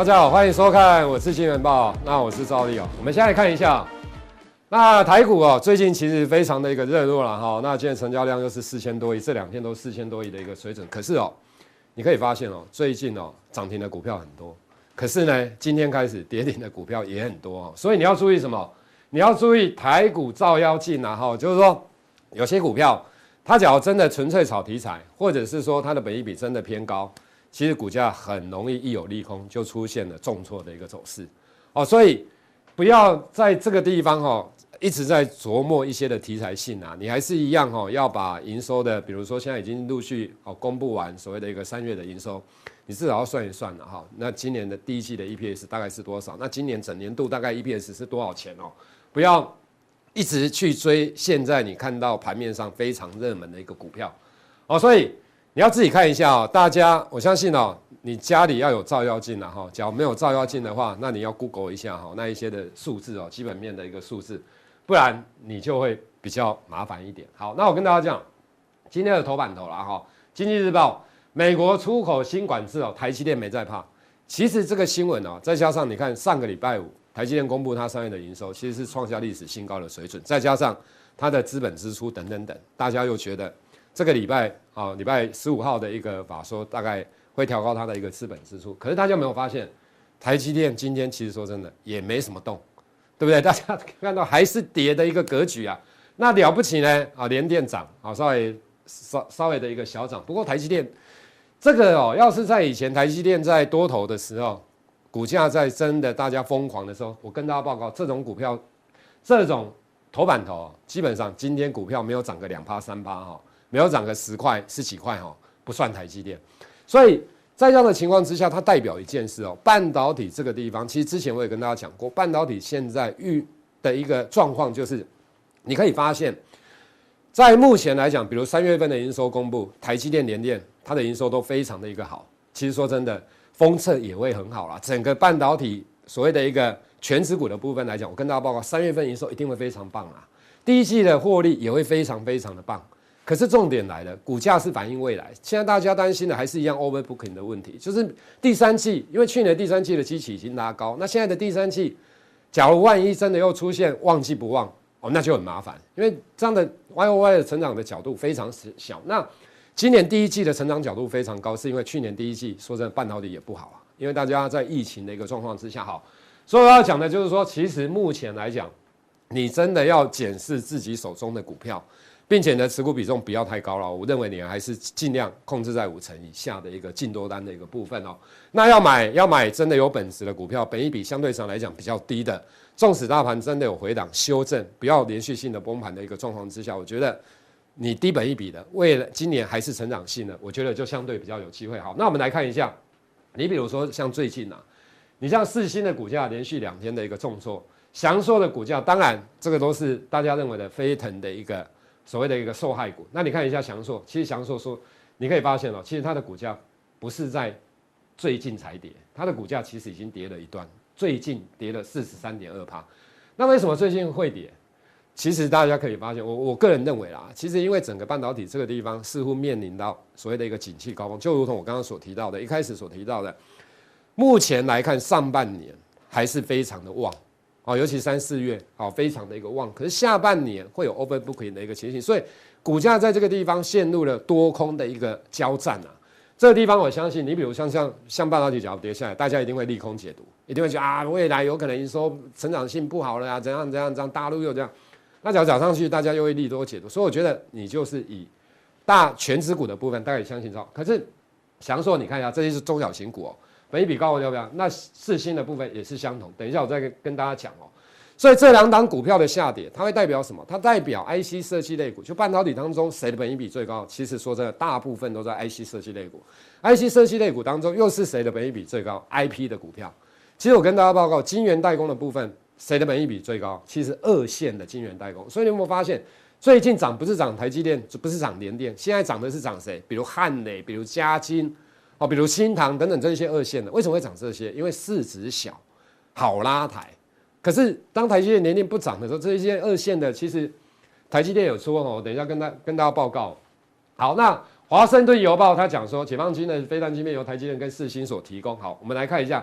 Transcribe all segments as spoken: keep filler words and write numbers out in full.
大家好，欢迎收看我是金元报，那我是赵立哦。我们现在看一下，那台股哦，最近其实非常的一个热络了哈。那今天成交量又是四千多亿，这两天都四千多亿的一个水准。可是哦，你可以发现哦，最近哦涨停的股票很多，可是呢，今天开始跌停的股票也很多哦。所以你要注意什么？你要注意台股照妖镜啊哈，就是说有些股票它假如真的纯粹炒题材，或者是说它的本益比真的偏高。其实股价很容易一有利空就出现了重挫的一个走势，哦，所以不要在这个地方哦一直在琢磨一些的题材性啊，你还是一样哦要把营收的，比如说现在已经陆续哦公布完所谓的一个三月的营收，你至少要算一算了哈。那今年的第一季的 E P S 大概是多少？那今年整年度大概 E P S 是多少钱哦？不要一直去追现在你看到盘面上非常热门的一个股票，哦，所以。你要自己看一下哦，大家，我相信哦，你家里要有照妖镜啦哈。假如没有照妖镜的话，那你要 Google 一下哈，那一些的数字哦，基本面的一个数字，不然你就会比较麻烦一点。好，那我跟大家讲，今天的头版头啦哈，经济日报，美国出口新管制哦，台积电没在怕。其实这个新闻哦，再加上你看上个礼拜五，台积电公布它三月的营收，其实是创下历史新高的水准，再加上它的资本支出等等等，大家又觉得。这个礼拜啊，礼拜十五号的一个法说，大概会调高它的一个资本支出。可是大家有没有发现，台积电今天其实说真的也没什么动，对不对？大家看到还是跌的一个格局啊。那了不起呢啊，联电涨啊，稍微稍稍微的一个小涨。不过台积电这个哦，要是在以前台积电在多头的时候，股价在真的大家疯狂的时候，我跟大家报告，这种股票，这种头版头、哦，基本上今天股票没有涨个两趴三趴哈。没有涨个十块十几块哈，不算台积电，所以在这样的情况之下，它代表一件事哦，半导体这个地方，其实之前我也跟大家讲过，半导体现在遇的一个状况就是，你可以发现，在目前来讲，比如三月份的营收公布，台积电、联电它的营收都非常的一个好，其实说真的，封测也会很好啦，整个半导体所谓的一个全指股的部分来讲，我跟大家报告，三月份营收一定会非常棒啦，第一季的获利也会非常非常的棒。可是重点来了，股价是反映未来。现在大家担心的还是一样 overbooking 的问题，就是第三季，因为去年第三季的基期已经拉高，那现在的第三季，假如万一真的又出现旺季不旺哦，那就很麻烦，因为这样的 Y O Y 的成长的角度非常小。那今年第一季的成长角度非常高，是因为去年第一季说真的半导体也不好啊，因为大家在疫情的一个状况之下，好，所以我要讲的就是说，其实目前来讲，你真的要检视自己手中的股票。并且呢，持股比重不要太高了，我认为你还是尽量控制在五成以下的一个净多单的一个部分哦。那要买要买真的有本质的股票，本益比相对上来讲比较低的，纵使大盘真的有回档修正，不要连续性的崩盘的一个状况之下，我觉得你低本益比的，为了今年还是成长性的，我觉得就相对比较有机会。好，那我们来看一下，你比如说像最近啊，你像世芯的股价连续两天的一个重挫，祥硕的股价，当然这个都是大家认为的飞腾的一个。所谓的一个受害股，那你看一下祥硕，其实祥硕说，你可以发现哦，其实它的股价不是在最近才跌，它的股价其实已经跌了一段，最近跌了四十三点二趴。那为什么最近会跌？其实大家可以发现，我我个人认为啦，其实因为整个半导体这个地方似乎面临到所谓的一个景气高峰，就如同我刚刚所提到的，一开始所提到的，目前来看上半年还是非常的旺。哦，尤其三四月，好，非常的一个旺。可是下半年会有 overbooking 的一个情形，所以股价在这个地方陷入了多空的一个交战啊。这个地方我相信，你比如像像像半导体假如跌下来，大家一定会利空解读，一定会觉得啊，未来有可能营收成长性不好了啊，怎样怎样怎样，大陆又这样。那假如涨上去，大家又会利多解读。所以我觉得你就是以大全指股的部分，大概相信到。可是祥硕，你看一下，这些是中小型股哦。本益比高，要不要？那世芯的部分也是相同。等一下我再跟跟大家讲哦。所以这两档股票的下跌，它会代表什么？它代表 I C 设计类股，就半导体当中谁的本益比最高？其实说真的，大部分都在 I C 设计类股。I C 设计类股当中，又是谁的本益比最高 ？I P 的股票。其实我跟大家报告，晶圆代工的部分，谁的本益比最高？其实二线的晶圆代工。所以你有没有发现，最近涨不是涨台积电，不是涨联电，现在涨的是涨谁？比如汉磊，比如嘉晶。哦，比如新唐等等这些二线的，为什么会涨这些？因为市值小，好拉抬。可是当台积电年年不涨的时候，这些二线的其实台积电有说哦，等一下跟大跟大家报告。好，那华盛顿邮报他讲说，解放军的飞弹晶片由台积电跟世芯所提供。好，我们来看一下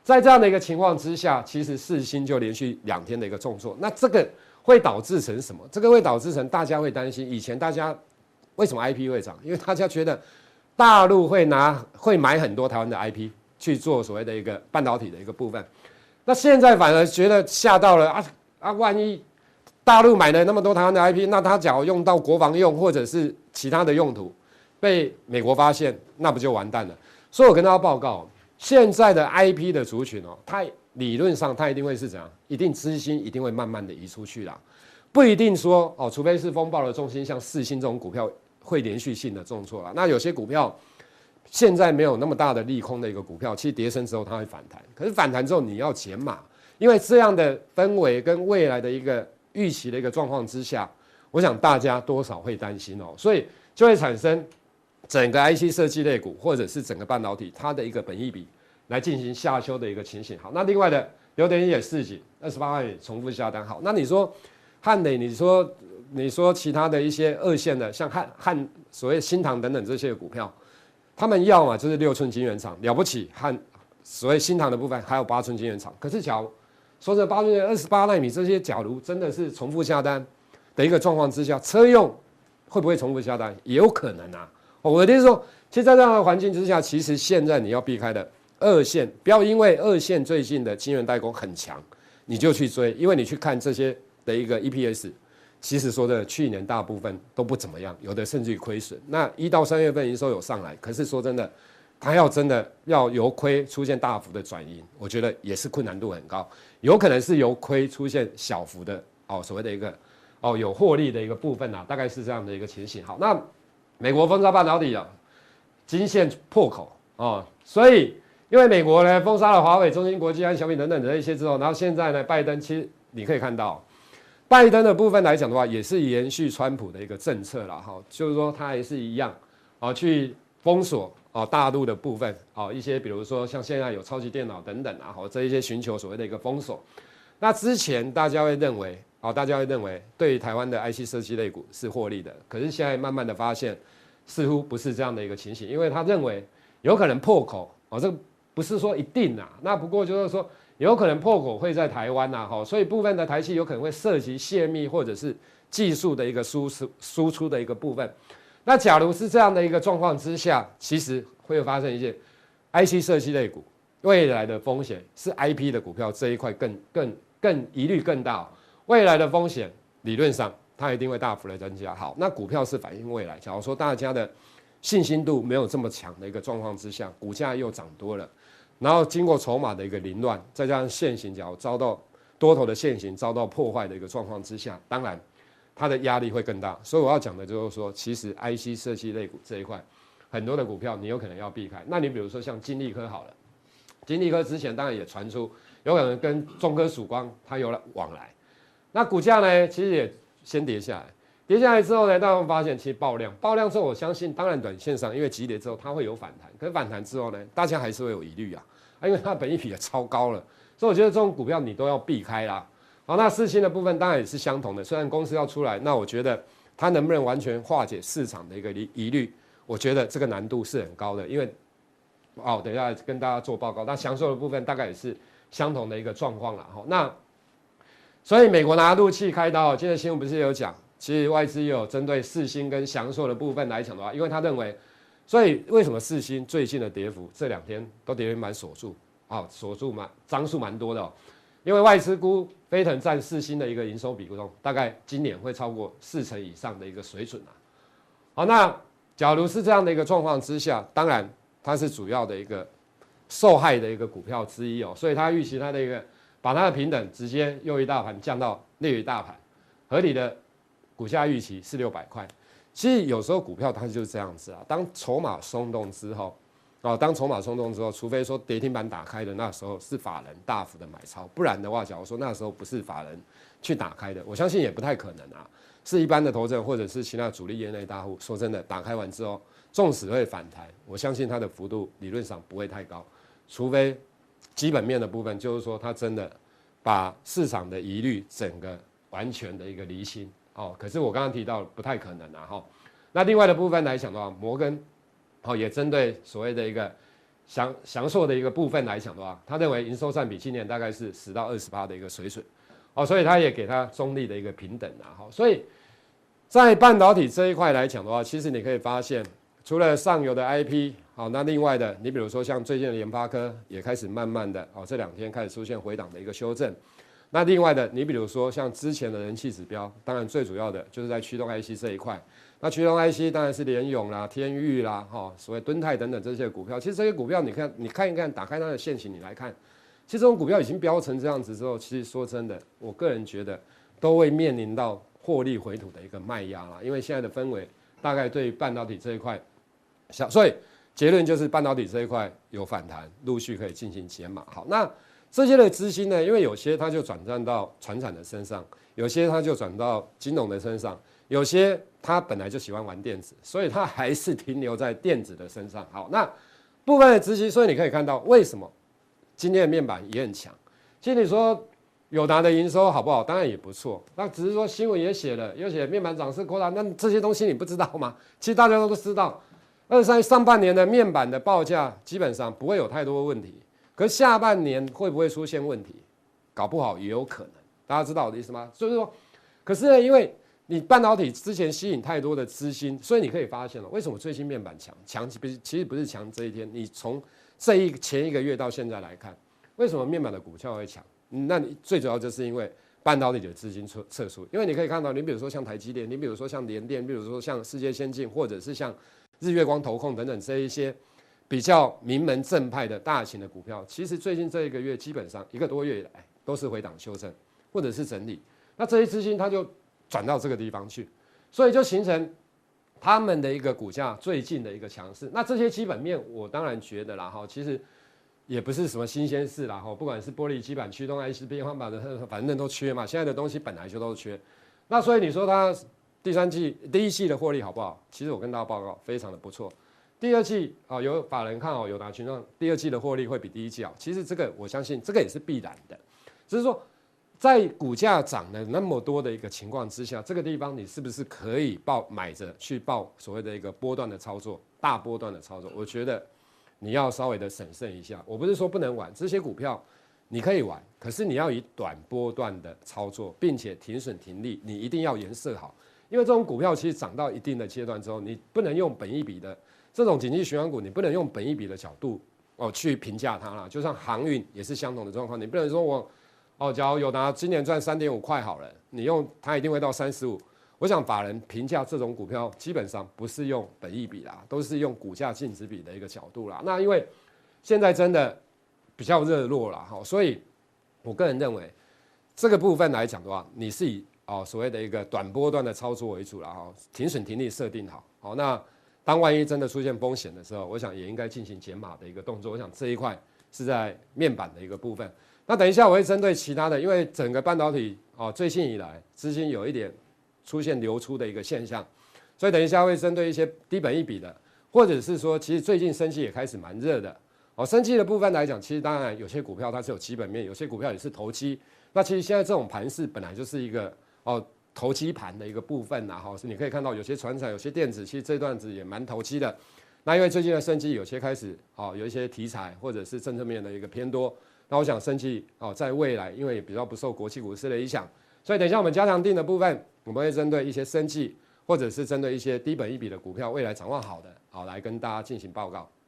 在这样的一个情况之下，其实世芯就连续两天的一个重挫，那这个会导致成什么？这个会导致成大家会担心，以前大家为什么 I P 会涨？因为大家觉得大陆会拿会买很多台湾的 I P 去做所谓的一个半导体的一个部分，那现在反而觉得吓到了啊啊！万一大陆买了那么多台湾的 I P， 那他假如用到国防用或者是其他的用途，被美国发现，那不就完蛋了？所以我跟大家报告，现在的 I P 的族群哦，它理论上它一定会是怎样？一定资金一定会慢慢的移出去啦，不一定说哦，除非是风暴的重心，像世芯这种股票会连续性的重挫啦。那有些股票现在没有那么大的利空的一个股票，其实跌升之后它会反弹，可是反弹之后你要减码，因为这样的氛围跟未来的一个预期的一个状况之下，我想大家多少会担心哦，所以就会产生整个 I C 设计类股或者是整个半导体它的一个本益比来进行下修的一个情形。好，那另外的留点也市井二十八万也重复下单。好，那你说汉磊，你说你说其他的一些二线的，像汉汉所谓新唐等等这些股票，他们要嘛就是六寸晶圆厂了不起，汉所谓新唐的部分还有八寸晶圆厂，可是假如说这八寸二十八纳米这些，假如真的是重复下单的一个状况之下，车用会不会重复下单？也有可能啊。我的意思说，其实在这样的环境之下，其实现在你要避开的二线，不要因为二线最近的晶圆代工很强，你就去追，因为你去看这些的一个 E P S， 其实说的去年大部分都不怎么样，有的甚至于亏损。那一到三月份营收有上来，可是说真的，它要真的要由亏出现大幅的转盈，我觉得也是困难度很高，有可能是由亏出现小幅的哦所谓的一个哦有获利的一个部分啊，大概是这样的一个情形。好，那美国封杀半导体啊，金线破口哦，所以因为美国呢封杀了华为、中芯国际和小米等等的一些之后，然后现在呢，拜登其实你可以看到，拜登的部分来讲的话，也是延续川普的一个政策啦，哈，就是说他也是一样啊，去封锁哦大陆的部分哦，一些比如说像现在有超级电脑等等啊，好这一些寻求所谓的一个封锁。那之前大家会认为哦，大家会认为对于台湾的 I C 设计类股是获利的，可是现在慢慢的发现，似乎不是这样的一个情形，因为他认为有可能破口哦，这不是说一定啊，那不过就是说有可能破口会在台湾呐，哈，所以部分的台企有可能会涉及泄密或者是技术的一个输出输出的一个部分。那假如是这样的一个状况之下，其实会发生一件 I C 设计类股未来的风险是 I P 的股票这一块更更更疑虑更大。未来的风险理论上它一定会大幅的增加。好，那股票是反映未来。假如说大家的信心度没有这么强的一个状况之下，股价又涨多了，然后经过筹码的一个凌乱，再加上现行假如遭到多头的现行遭到破坏的一个状况之下，当然它的压力会更大。所以我要讲的就是说，其实 I C 设计类股这一块很多的股票你有可能要避开。那你比如说像金利科好了，金利科之前当然也传出有可能跟中科曙光它有了往来。那股价呢，其实也先跌下来，跌下来之后呢，大家会发现其实爆量，爆量之后，我相信当然短线上因为急跌之后它会有反弹，可是反弹之后呢，大家还是会有疑虑啊，啊因为它的本益比也超高了，所以我觉得这种股票你都要避开啦。好，那世芯的部分当然也是相同的，虽然公司要出来，那我觉得它能不能完全化解市场的一个疑虑，我觉得这个难度是很高的，因为哦，等一下跟大家做报告，那享受的部分大概也是相同的一个状况啦。哈，那。所以美国拿陆气开刀，今天新闻不是有讲，其实外资也有针对世芯跟祥硕的部分来讲的话，因为他认为，所以为什么世芯最近的跌幅这两天都跌幅蛮锁住，啊、哦，锁住蛮张数蛮多的哦，因为外资估飞腾占世芯的一个营收比重，大概今年会超过四成以上的一个水准啊。好，那假如是这样的一个状况之下，当然它是主要的一个受害的一个股票之一哦，所以它预期它的一个。把它的平等直接右一大盘降到列于大盘，合理的股价预期是六百块。其实有时候股票它就是这样子啊，当筹码松动之后，哦，当筹码松动之后，除非说跌停板打开的那时候是法人大幅的买超，不然的话，假如说那时候不是法人去打开的，我相信也不太可能啊。是一般的投资人或者是其他主力业内大户，说真的，打开完之后，纵使会反弹，我相信它的幅度理论上不会太高，除非。基本面的部分就是说，它真的把市场的疑虑整个完全的一个厘清哦。可是我刚刚提到不太可能啊哈。那另外的部分来讲的话，摩根哦也针对所谓的一个翔翔硕的一个部分来讲的话，他认为营收占比今年大概是十到二十趴的一个水准，哦，所以他也给他中立的一个平等啊，好，所以在半导体这一块来讲的话，其实你可以发现，除了上游的 I P， 好，那另外的，你比如说像最近的联发科也开始慢慢的，哦，这两天开始出现回档的一个修正。那另外的，你比如说像之前的人气指标，当然最主要的就是在驱动 I C 这一块。那驱动 I C 当然是联咏啦、天钰啦、哈、所谓敦泰等等这些股票。其实这些股票，你看，你看一看，打开它的线型，你来看，其实这种股票已经飙成这样子之后，其实说真的，我个人觉得都会面临到获利回吐的一个卖压啦。因为现在的氛围大概对半导体这一块，所以结论就是半导体这一块有反弹，陆续可以进行解码。好，那这些的资金呢，因为有些它就转战到传产的身上，有些它就转到金融的身上，有些它本来就喜欢玩电子，所以它还是停留在电子的身上。好，那部分的资金，所以你可以看到为什么今天的面板也很强。其实你说友达的营收好不好？当然也不错，那只是说新闻也写了，又写面板涨势扩大，那这些东西你不知道吗？其实大家都知道，二三上半年的面板的报价基本上不会有太多问题。可是下半年会不会出现问题？搞不好也有可能，大家知道我的意思吗？所以说，可是呢，因为你半导体之前吸引太多的资金，所以你可以发现了，为什么最近面板强？强其实不是强这一天，你从这一前一个月到现在来看，为什么面板的股票会强？那你最主要就是因为半导体的资金撤撤出，因为你可以看到，你比如说像台积电，你比如说像联电，比如说像世界先进，或者是像日月光投控等等这一些。比较名门正派的大型的股票，其实最近这一个月基本上一个多月以来都是回档修正或者是整理，那这些资金它就转到这个地方去，所以就形成他们的一个股价最近的一个强势。那这些基本面我当然觉得啦哈，其实也不是什么新鲜事啦哈，不管是玻璃基板、驱动 I C、变换板的，反正都缺嘛，现在的东西本来就都缺。那所以你说它第三季第一季的获利好不好？其实我跟大家报告非常的不错。第二季啊，有法人看好友达群创第二季的获利会比第一季好，其实这个我相信这个也是必然的，只是说在股价涨了那么多的一个情况之下，这个地方你是不是可以报买着去报所谓的一个波段的操作，大波段的操作？我觉得你要稍微的审慎一下。我不是说不能玩这些股票，你可以玩，可是你要以短波段的操作，并且停损停利，你一定要颜色好，因为这种股票其实涨到一定的阶段之后，你不能用本益比的。这种景气循环股，你不能用本益比的角度哦去评价它啦。就像航运也是相同的状况，你不能说我哦，假如友达今年赚三点五块好了，你用它一定会到三十五。我想法人评价这种股票，基本上不是用本益比啦，都是用股价净值比的一个角度啦。那因为现在真的比较热络啦，哈，所以我个人认为这个部分来讲的话，你是以哦所谓的一个短波段的操作为主啦，哈，停损停利设定好，好那。当万一真的出现风险的时候，我想也应该进行减码的一个动作。我想这一块是在面板的一个部分。那等一下我会针对其他的，因为整个半导体哦，最近以来资金有一点出现流出的一个现象，所以等一下会针对一些低本益比的，或者是说其实最近生技也开始蛮热的哦。生技的部分来讲，其实当然有些股票它是有基本面，有些股票也是投机。那其实现在这种盘势本来就是一个哦。投机盘的一个部分呐，哈，是你可以看到有些传产、有些电子，其实这段子也蛮投机的。那因为最近的生技有些开始，哦，有一些题材或者是政策面的一个偏多。那我想生技哦，在未来因为也比较不受国际股市的影响，所以等一下我们加强定的部分，我们会针对一些生技或者是针对一些低本益比的股票，未来展望好的，好来跟大家进行报告。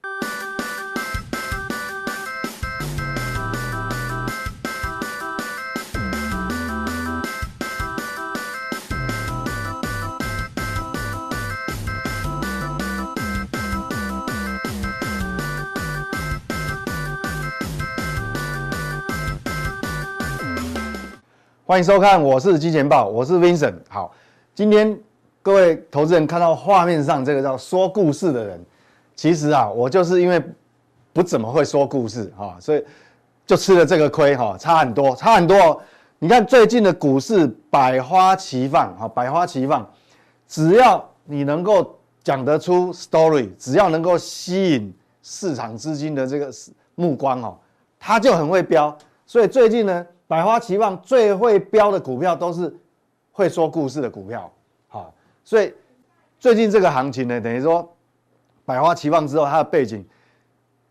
欢迎收看，我是金钱豹，我是 Vincent。好，今天各位投资人看到画面上这个叫说故事的人，其实啊，我就是因为不怎么会说故事哈，所以就吃了这个亏哈，差很多，差很多哦。你看最近的股市百花齐放哈，百花齐放，只要你能够讲得出 story， 只要能够吸引市场资金的这个目光哦，它就很会飙。所以最近呢，百花齐放，最会飙的股票都是会说故事的股票，好，所以最近这个行情呢，等于说百花齐放之后，它的背景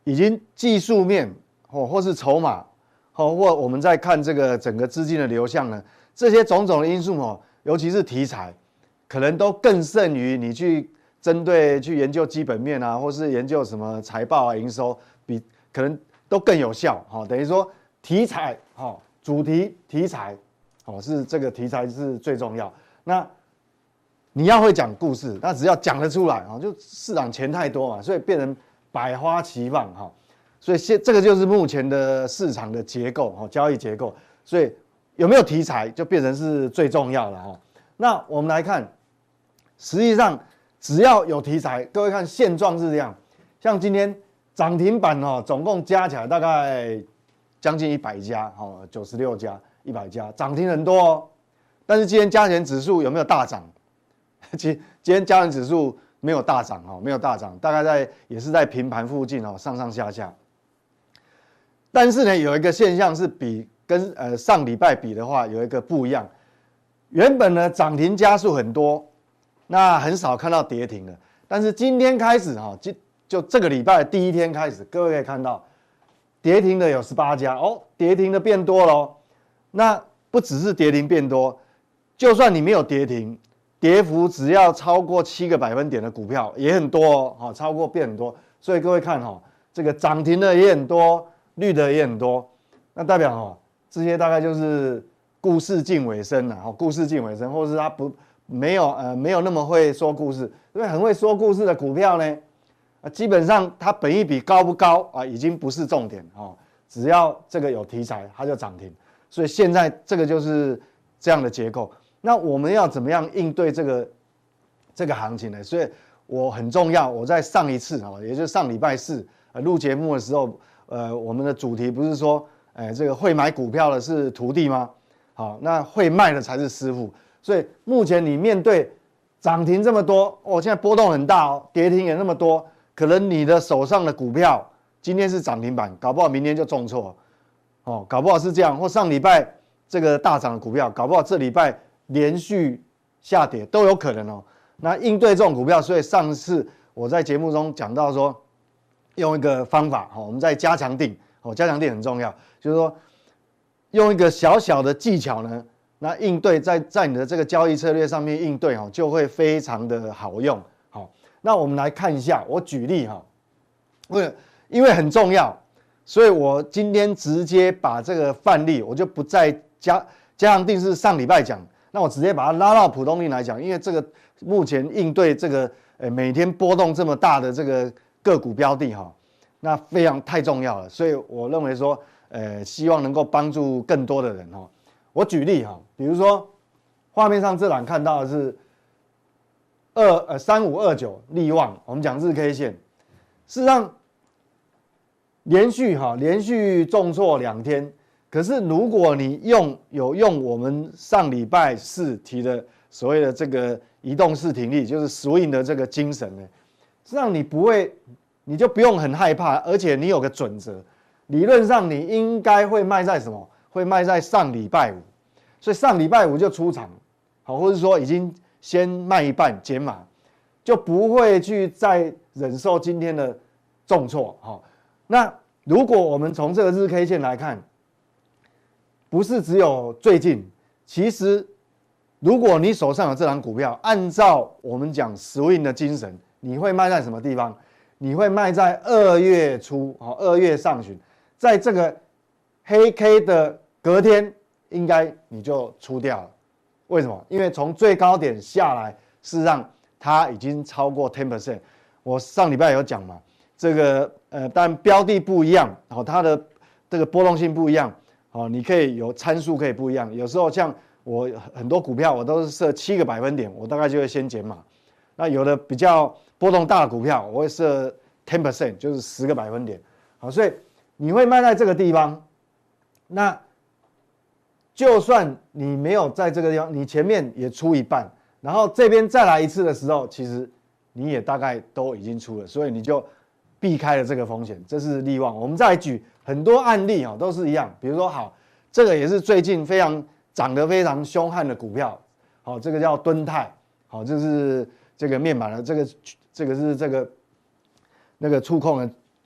已经技术面或或是筹码，或或我们在看这个整个资金的流向呢，这些种种的因素哦，尤其是题材，可能都更胜于你去针对去研究基本面啊，或是研究什么财报啊、营收，比可能都更有效。哈，等于说题材哈，主题题材，哦是这个题材是最重要。那你要会讲故事，那只要讲得出来啊，就市场钱太多嘛，所以变成百花齐放哈。所以现这个就是目前的市场的结构哈，交易结构。所以有没有题材就变成是最重要的哈。那我们来看，实际上只要有题材，各位看现状是这样，像今天涨停板哦，总共加起来大概将近一百家，哦，九十六家，一百家，涨停很多哦。但是今天加权指数有没有大涨？其实今天加权指数没有大涨哦，没有大涨，大概在也是在平盘附近哦，上上下下。但是呢，有一个现象是比跟呃上礼拜比的话，有一个不一样。原本呢涨停家数很多，那很少看到跌停的。但是今天开始哈，就就这个礼拜的第一天开始，各位可以看到，跌停的有十八家哦，跌停的变多了哦。那不只是跌停变多，就算你没有跌停，跌幅只要超过七个百分点的股票也很多哦，好，超过变很多。所以各位看哈，这个涨停的也很多，绿的也很多，那代表哈，这些大概就是故事近尾声了，哈，故事近尾声，或是他不没有呃没有那么会说故事，因为很会说故事的股票呢，啊，基本上它本益比高不高啊，已经不是重点哦，只要这个有题材，它就涨停。所以现在这个就是这样的结构。那我们要怎么样应对这个这个行情呢？所以我很重要，我在上一次啊，也就是上礼拜四呃录节目的时候，呃，我们的主题不是说，哎，这个会买股票的是徒弟吗？好，那会卖的才是师傅。所以目前你面对涨停这么多，哦，现在波动很大哦，跌停也那么多，可能你的手上的股票今天是涨停板，搞不好明天就重挫，哦，搞不好是这样，或上礼拜这个大涨的股票，搞不好这礼拜连续下跌都有可能哦。那应对这种股票，所以上次我在节目中讲到说，用一个方法，我们在加强定，加强定很重要，就是说用一个小小的技巧呢，那应对在在你的这个交易策略上面应对就会非常的好用。好，那我们来看一下，我举例哈，为因为很重要，所以我今天直接把这个范例，我就不再加加强定是上礼拜讲，那我直接把它拉到普通定来讲，因为这个目前应对这个呃每天波动这么大的这个个股标的哈，那非常太重要了，所以我认为说，呃，希望能够帮助更多的人哈。我举例哈，比如说画面上这档看到的是二呃三五二九力旺，我们讲日 K 线，事实上连续哈连续重挫两天，可是如果你用有用我们上礼拜四提的所谓的这个移动式停利，就是 swing 的这个精神呢，实际上你不会，你就不用很害怕，而且你有个准则，理论上你应该会卖在什么？会卖在上礼拜五，所以上礼拜五就出场，好，或者说已经先卖一半减码，就不会去再忍受今天的重挫。好，那如果我们从这个日 K 线来看，不是只有最近，其实如果你手上有这档股票，按照我们讲 swing 的精神，你会卖在什么地方？你会卖在二月初，好，二月上旬，在这个黑 K 的隔天，应该你就出掉了。为什么？因为从最高点下来，事实上它已经超过 百分之十。我上礼拜有讲嘛，这个呃，但标的不一样，好，它的这个波动性不一样，好，你可以有参数可以不一样。有时候像我很多股票，我都是设七个百分点，我大概就会先减码。那有的比较波动大的股票，我会设 百分之十， 就是十个百分点。好，所以你会卖在这个地方，那就算你没有在这个地方，你前面也出一半，然后这边再来一次的时候，其实你也大概都已经出了，所以你就避开了这个风险，这是力旺。我们再来举很多案例啊，都是一样。比如说，好，这个也是最近非常涨得非常凶悍的股票，好，这个叫敦泰，好，这是这个面板的这个这个是这个那个触控的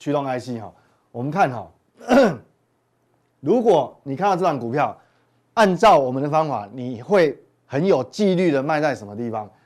驱动 I C 哈，我们看哈，如果你看到这档股票，按照我们的方法，你会很有纪律的卖在什么地方？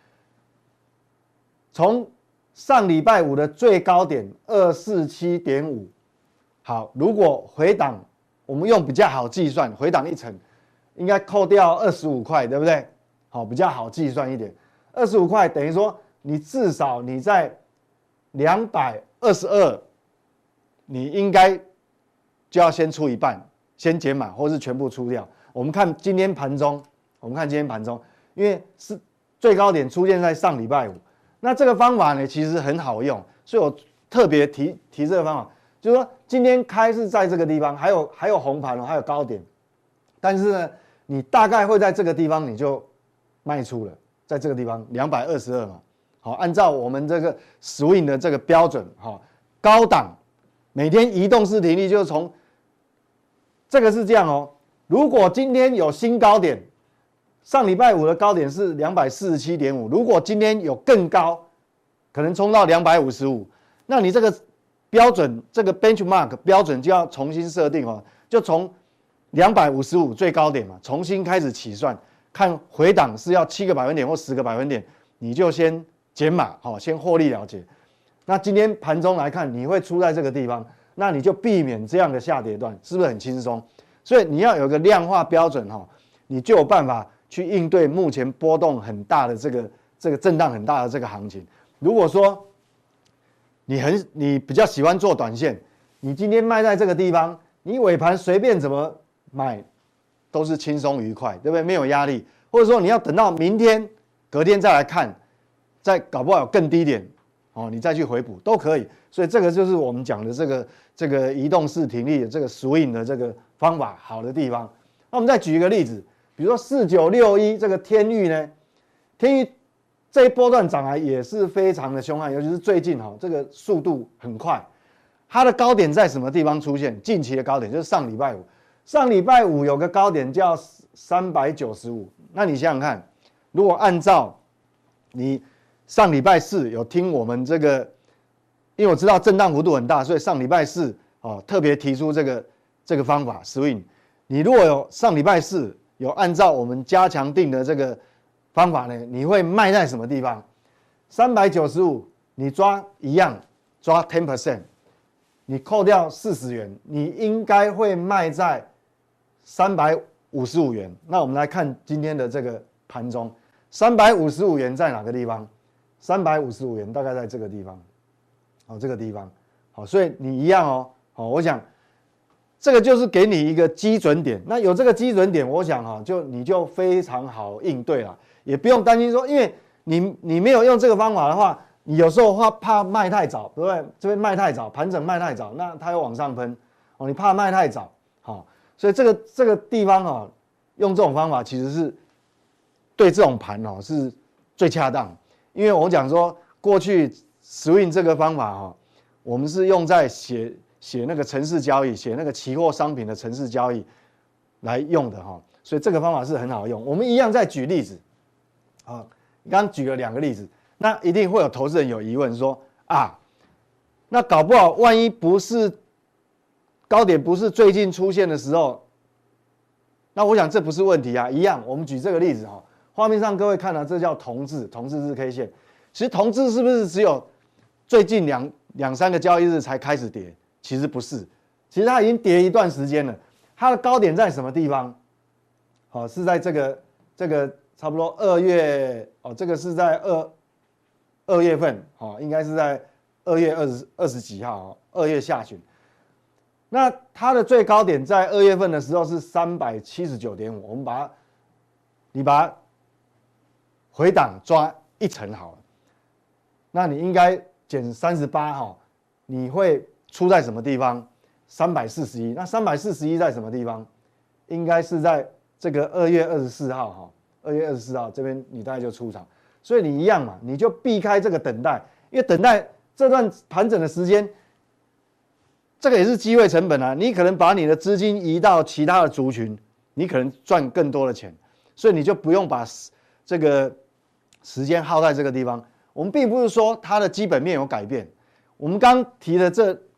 从上礼拜五的最高点二四七点五，好，如果回档，我们用比较好计算，回档一层，应该扣掉二十五块，对不对？好，比较好计算一点，二十五块等于说你至少你在两百二十二，你应该就要先出一半，先减码，或是全部出掉。我们看今天盘中，我们看今天盘中，因为是最高点出现在上礼拜五。那这个方法呢，其实很好用，所以我特别提提这个方法，就是说今天开是在这个地方，还有还有红盘哦，还有高点，但是呢，你大概会在这个地方你就卖出了，在这个地方两百二十二嘛，好，按照我们这个 swing 的这个标准，哈，高档每天移动式停利就是从这个是这样哦，如果今天有新高点。上礼拜五的高点是两百四十七点五，如果今天有更高，可能冲到两百五十五，那你这个标准，这个 benchmark 标准就要重新设定哦，就从两百五十五最高点嘛，重新开始起算，看回档是要七个百分点或十个百分点，你就先减码，好，先获利了结。那今天盘中来看，你会出在这个地方，那你就避免这样的下跌段，是不是很轻松？所以你要有一个量化标准哈，你就有办法。去应对目前波动很大的这个这个震荡很大的这个行情。如果说你很你比较喜欢做短线，你今天卖在这个地方，你尾盘随便怎么买都是轻松愉快，对不对？没有压力。或者说你要等到明天、隔天再来看，再搞不好有更低点哦，你再去回补都可以。所以这个就是我们讲的这个这个移动式停利的这个 swing 的这个方法好的地方。那我们再举一个例子。比如说四九六一这个天钰呢，天钰这一波段涨来也是非常的凶悍，尤其是最近哈，这个速度很快。它的高点在什么地方出现？近期的高点就是上礼拜五，上礼拜五有个高点叫三百九十五。那你想想看，如果按照你上礼拜四有听我们这个，因为我知道震荡幅度很大，所以上礼拜四哦特别提出这个这个方法 swing。你如果有上礼拜四有按照我们加强定的这个方法呢，你会卖在什么地方？三百九十五，你抓一样，抓 百分之十， 你扣掉四十元，你应该会卖在三百五十五元。那我们来看今天的这个盘中，三百五十五元在哪个地方？三百五十五元大概在这个地方，好，这个地方，好，所以你一样哦，好，我想。这个就是给你一个基准点，那有这个基准点，我想哈，就你就非常好应对了，也不用担心说，因为你你没有用这个方法的话，你有时候怕怕卖太早，对不对？这边卖太早，盘整卖太早，那它又往上喷，哦，你怕卖太早，好，所以这个这个地方哦，用这种方法其实是对这种盘哦是最恰当，因为我讲说过去 swing 这个方法哈，我们是用在写。写那个程式交易，写那个期货商品的程式交易来用的哈，所以这个方法是很好用。我们一样再举例子，啊，刚刚举了两个例子，那一定会有投资人有疑问说啊，那搞不好万一不是高点不是最近出现的时候，那我想这不是问题啊，一样，我们举这个例子哈，画面上各位看到这叫同志，同志日 K 线，其实同志是不是只有最近两两三个交易日才开始跌？其实不是，其实它已经跌一段时间了。它的高点在什么地方？哦，是在这个这个差不多二月哦，这个是在二二月份哦，应该是在二月二十二十几号哦，二月下旬。那它的最高点在二月份的时候是三百七十九点五，我们把它，你把它回档抓一层好了，那你应该减三十八哈，你会。出在什么地方？三百四十一。那三百四十一在什么地方？应该是在这个二月二十四号哈，二月二十四号这边你大概就出场，所以你一样嘛，你就避开这个等待，因为等待这段盘整的时间，这个也是机会成本啊。你可能把你的资金移到其他的族群，你可能赚更多的钱，所以你就不用把这个时间耗在这个地方。我们并不是说它的基本面有改变，我们刚提的这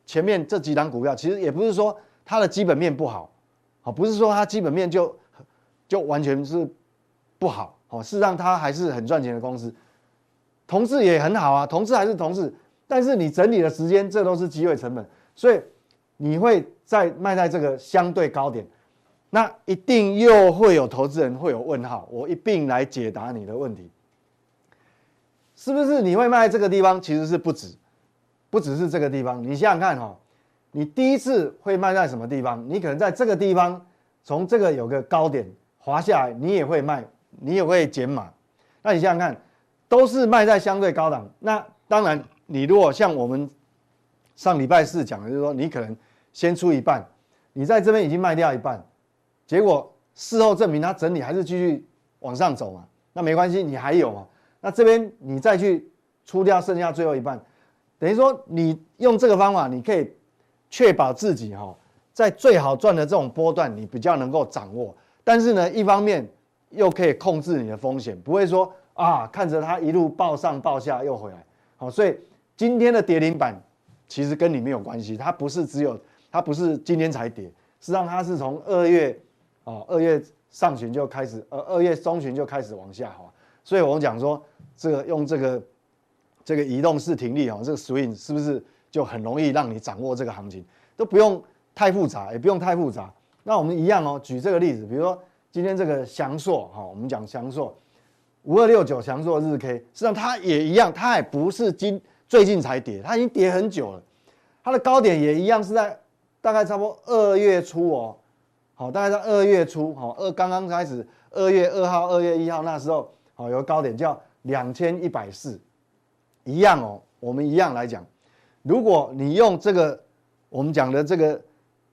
前面这几档股票，其实也不是说它的基本面不好，好，不是说它基本面就就完全是不好，好，事实上它还是很赚钱的公司，同志也很好啊，同志还是同志，但是你整理的时间，这都是机会成本，所以你会在卖在这个相对高点，那一定又会有投资人会有问号，我一并来解答你的问题，是不是你会卖在这个地方？其实是不止。不只是这个地方，你想想看哈、哦，你第一次会卖在什么地方？你可能在这个地方，从这个有个高点滑下来，你也会卖，你也会减码。那你想想看，都是卖在相对高档。那当然，你如果像我们上礼拜四讲的，就是说你可能先出一半，你在这边已经卖掉一半，结果事后证明它整理还是继续往上走嘛，那没关系，你还有嘛。那这边你再去出掉剩下最后一半。等于说，你用这个方法，你可以确保自己哈，在最好赚的这种波段，你比较能够掌握。但是呢，一方面又可以控制你的风险，不会说啊，看着它一路爆上爆下又回来。好，所以今天的跌停板其实跟你没有关系，它不是只有，它不是今天才跌，事实上它是从二月啊二月上旬就开始，呃二月中旬就开始往下滑。所以我们讲说，这个用这个。这个移动式停利哦，这个 swing 是不是就很容易让你掌握这个行情？都不用太复杂，也不用太复杂。那我们一样哦，举这个例子，比如说今天这个祥硕哈，我们讲祥硕五二六九祥硕日 K， 实际上它也一样，它也不是今最近才跌，它已经跌很久了。它的高点也一样是在大概差不多二月初哦，好，大概在二月初，好，二刚刚开始，二月二号、二月一号那时候，好有个高点叫两千一百四。一样哦，我们一样来讲，如果你用这个我们讲的这个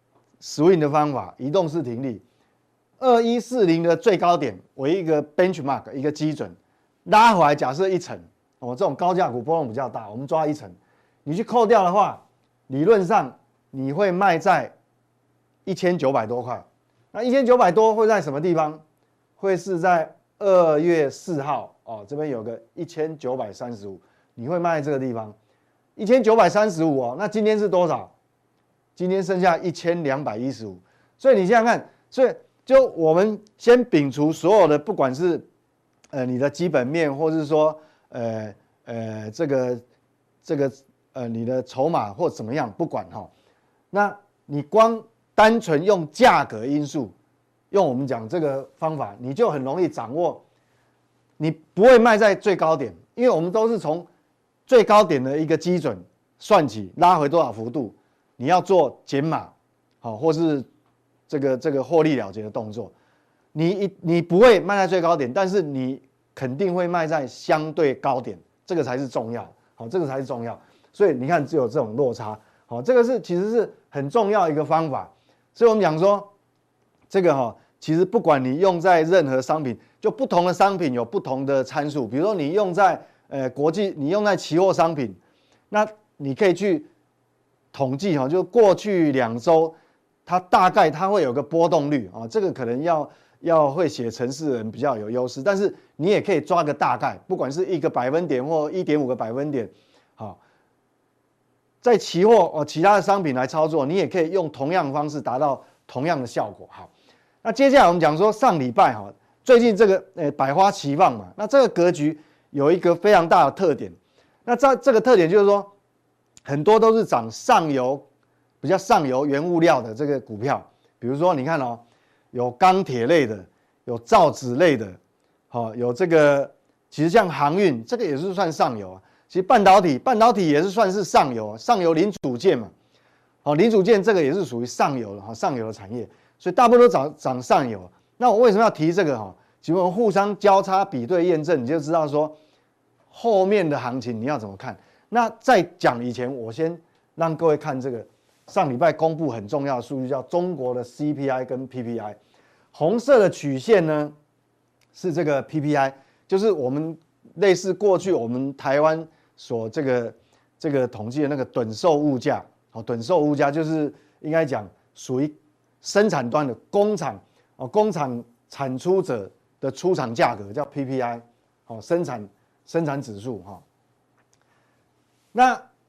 swing 的方法，移动式停利，二一四零的最高点为一个 benchmark 一个基准，拉回来假设一成，哦，这种高价股波动比较大，我们抓一成，你去扣掉的话，理论上你会卖在一千九百多块，那一千九百多会在什么地方？会是在二月四号哦，这边有个一千九百三十五。你会卖在这个地方，一千九百三十五哦。那今天是多少？今天剩下一千两百一十五。所以你想想看，所以就我们先摒除所有的，不管是呃你的基本面，或是说呃呃这个这个呃你的筹码或怎么样，不管哈、哦。那你光单纯用价格因素，用我们讲这个方法，你就很容易掌握，你不会卖在最高点，因为我们都是从最高点的一个基准算起，拉回多少幅度，你要做减码，好，或是这个这个获利了结的动作，你你不会卖在最高点，但是你肯定会卖在相对高点，这个才是重要，好，这个才是重要。所以你看，只有这种落差，好，这个是其实是很重要一个方法。所以我们讲说，这个哈，其实不管你用在任何商品，就不同的商品有不同的参数，比如说你用在呃，国际你用在期货商品，那你可以去统计哈，就过去两周，它大概它会有个波动率啊，这个可能要要会写程式人比较有优势，但是你也可以抓个大概，不管是一个百分点或一点五个百分点，好，在期货哦其他的商品来操作，你也可以用同样的方式达到同样的效果。好，那接下来我们讲说上礼拜哈，最近这个呃百花齐放嘛，那这个格局有一个非常大的特点，那这这个特点就是说，很多都是涨上游比较上游原物料的这个股票，比如说你看哦，有钢铁类的，有造纸类的，好，有这个其实像航运这个也是算上游啊，其实半导体半导体也是算是上游，上游零组件嘛，好，零组件这个也是属于上游的哈，上游的产业，所以大部分都涨涨上游。那我为什么要提这个哈？其实我们互相交叉比对验证，你就知道说后面的行情你要怎么看。那在讲以前，我先让各位看这个上礼拜公布很重要的数据，叫中国的 C P I 跟 P P I。红色的曲线呢是这个 P P I， 就是我们类似过去我们台湾所这个这个统计的那个趸售物价。好，趸售物价就是应该讲属于生产端的工厂哦，工厂产出者的出厂价格叫 P P I， 好，生产生产指数哈。那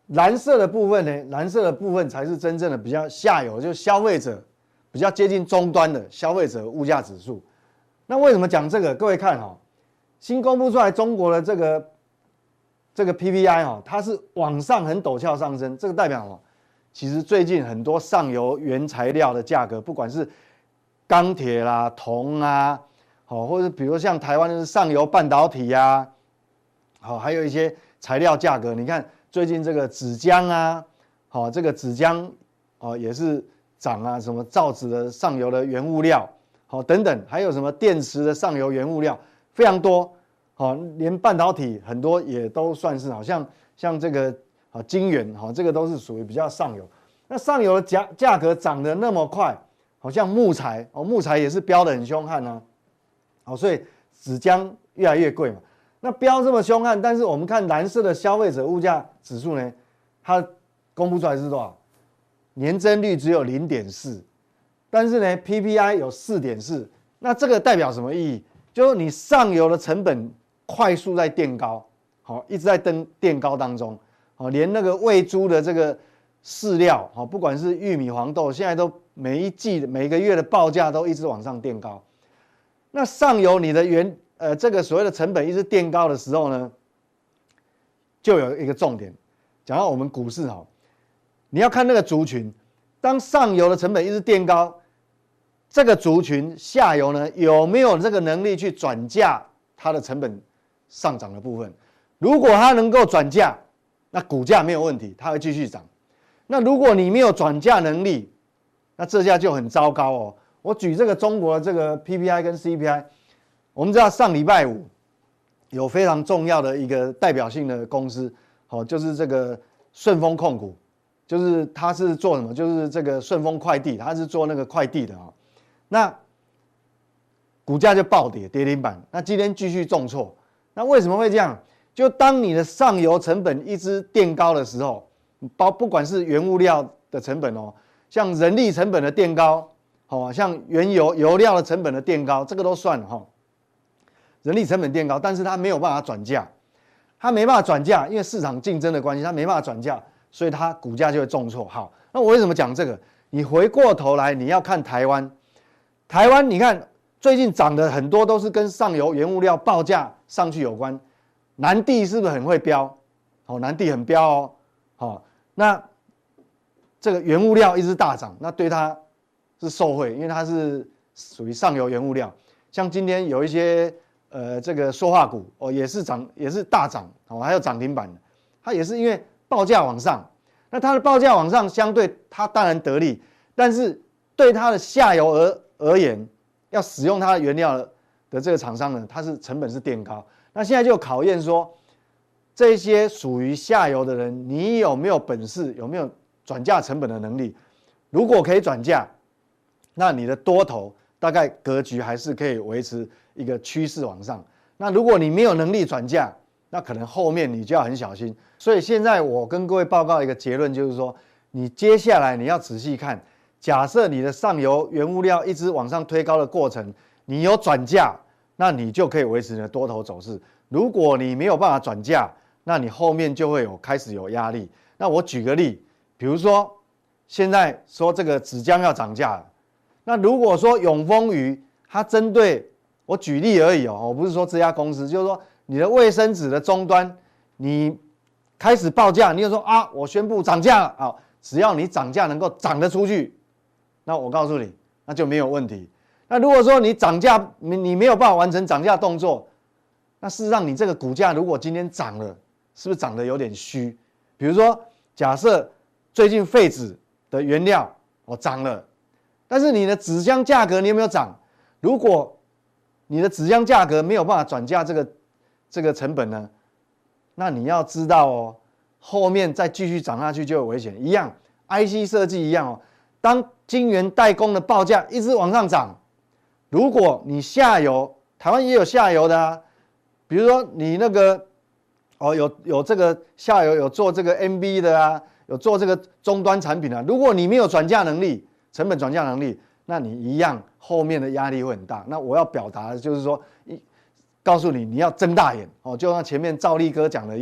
蓝色的部分呢，蓝色的部分才是真正的比较下游，就是消费者比较接近终端的消费者物价指数。那为什么讲这个？各位看哈、哦，新公布出来中国的这个这个 P P I 哈、哦，它是往上很陡峭上升，这个代表什么？其实最近很多上游原材料的价格，不管是钢铁啦、铜啊，好，或者比如像台湾的上游半导体啊，好，还有一些材料价格，你看最近这个纸浆啊，好，这个纸浆哦也是涨啊，什么造纸的上游的原物料，好等等，还有什么电池的上游原物料非常多，好，连半导体很多也都算是，好像像这个啊晶圆，好，这个都是属于比较上游。那上游的价价格涨得那么快，好像木材哦，木材也是飙得很凶悍啊，好，所以纸浆越来越贵嘛。那飙这么凶悍，但是我们看蓝色的消费者物价指数呢，它公布出来是多少？年增率只有 零点四， 但是呢 P P I 有 四点四， 那这个代表什么意义？就是你上游的成本快速在垫高，好，一直在登垫高当中，好，连那个喂猪的这个饲料，好，不管是玉米、黄豆，现在都每一季每个月的报价都一直往上垫高。那上游你的原呃这个所谓的成本一直垫高的时候呢，就有一个重点，讲到我们股市哈，你要看那个族群，当上游的成本一直垫高，这个族群下游呢有没有这个能力去转嫁它的成本上涨的部分？如果它能够转嫁，那股价没有问题，它会继续涨。那如果你没有转嫁能力，那这下就很糟糕哦。我举这个中国的这个 P P I 跟 C P I， 我们知道上礼拜五有非常重要的一个代表性的公司，好，就是这个顺丰控股，就是它是做什么？就是这个顺丰快递，它是做那个快递的啊。那股价就暴跌，跌停板。那今天继续重挫，那为什么会这样？就当你的上游成本一直垫高的时候，包不管是原物料的成本哦，像人力成本的垫高，好，像原油油料的成本的垫高，这个都算哈。人力成本垫高，但是它没有办法转嫁，它没办法转嫁，因为市场竞争的关系，它没办法转嫁，所以它股价就会重挫。好，那我为什么讲这个？你回过头来，你要看台湾，台湾你看最近涨的很多都是跟上游原物料报价上去有关。南地是不是很会飙？好，南地很飙哦。好，那这个原物料一直大涨，那对它是受惠，因为它是属于上游原物料。像今天有一些呃这个塑化股哦，也是涨，也是大涨哦，还有涨停板的，它也是因为报价往上，那它的报价往上，相对它当然得利，但是对它的下游而而言，要使用它的原料的这个厂商呢，它是成本是垫高。那现在就考验说，这些属于下游的人，你有没有本事，有没有转嫁成本的能力？如果可以转嫁，那你的多头大概格局还是可以维持一个趋势往上。那如果你没有能力转嫁，那可能后面你就要很小心。所以现在我跟各位报告一个结论，就是说，你接下来你要仔细看，假设你的上游原物料一直往上推高的过程，你有转嫁，那你就可以维持你的多头走势。如果你没有办法转嫁，那你后面就会有开始有压力。那我举个例，比如说现在说这个纸浆要涨价了，那如果说永丰余它针对，我举例而已哦，我不是说这家公司，就是说你的卫生纸的终端，你开始报价，你就说啊，我宣布涨价了啊，只要你涨价能够涨得出去，那我告诉你，那就没有问题。那如果说你涨价，你你没有办法完成涨价动作，那事实上你这个股价如果今天涨了，是不是涨得有点虚？比如说，假设最近废纸的原料哦涨了，但是你的纸浆价格你有没有涨？如果你的纸浆价格没有办法转嫁这个这个成本呢，那你要知道哦，后面再继续涨下去就有危险。一样 ，I C 设计一样哦，当晶圆代工的报价一直往上涨。如果你下游，台湾也有下游的啊，比如说你那个哦有有这个下游有做这个 M B 的啊，有做这个终端产品啊，如果你没有转嫁能力，成本转嫁能力，那你一样后面的压力会很大。那我要表达的就是说，一告诉你你要睁大眼哦，就像前面赵力哥讲的一样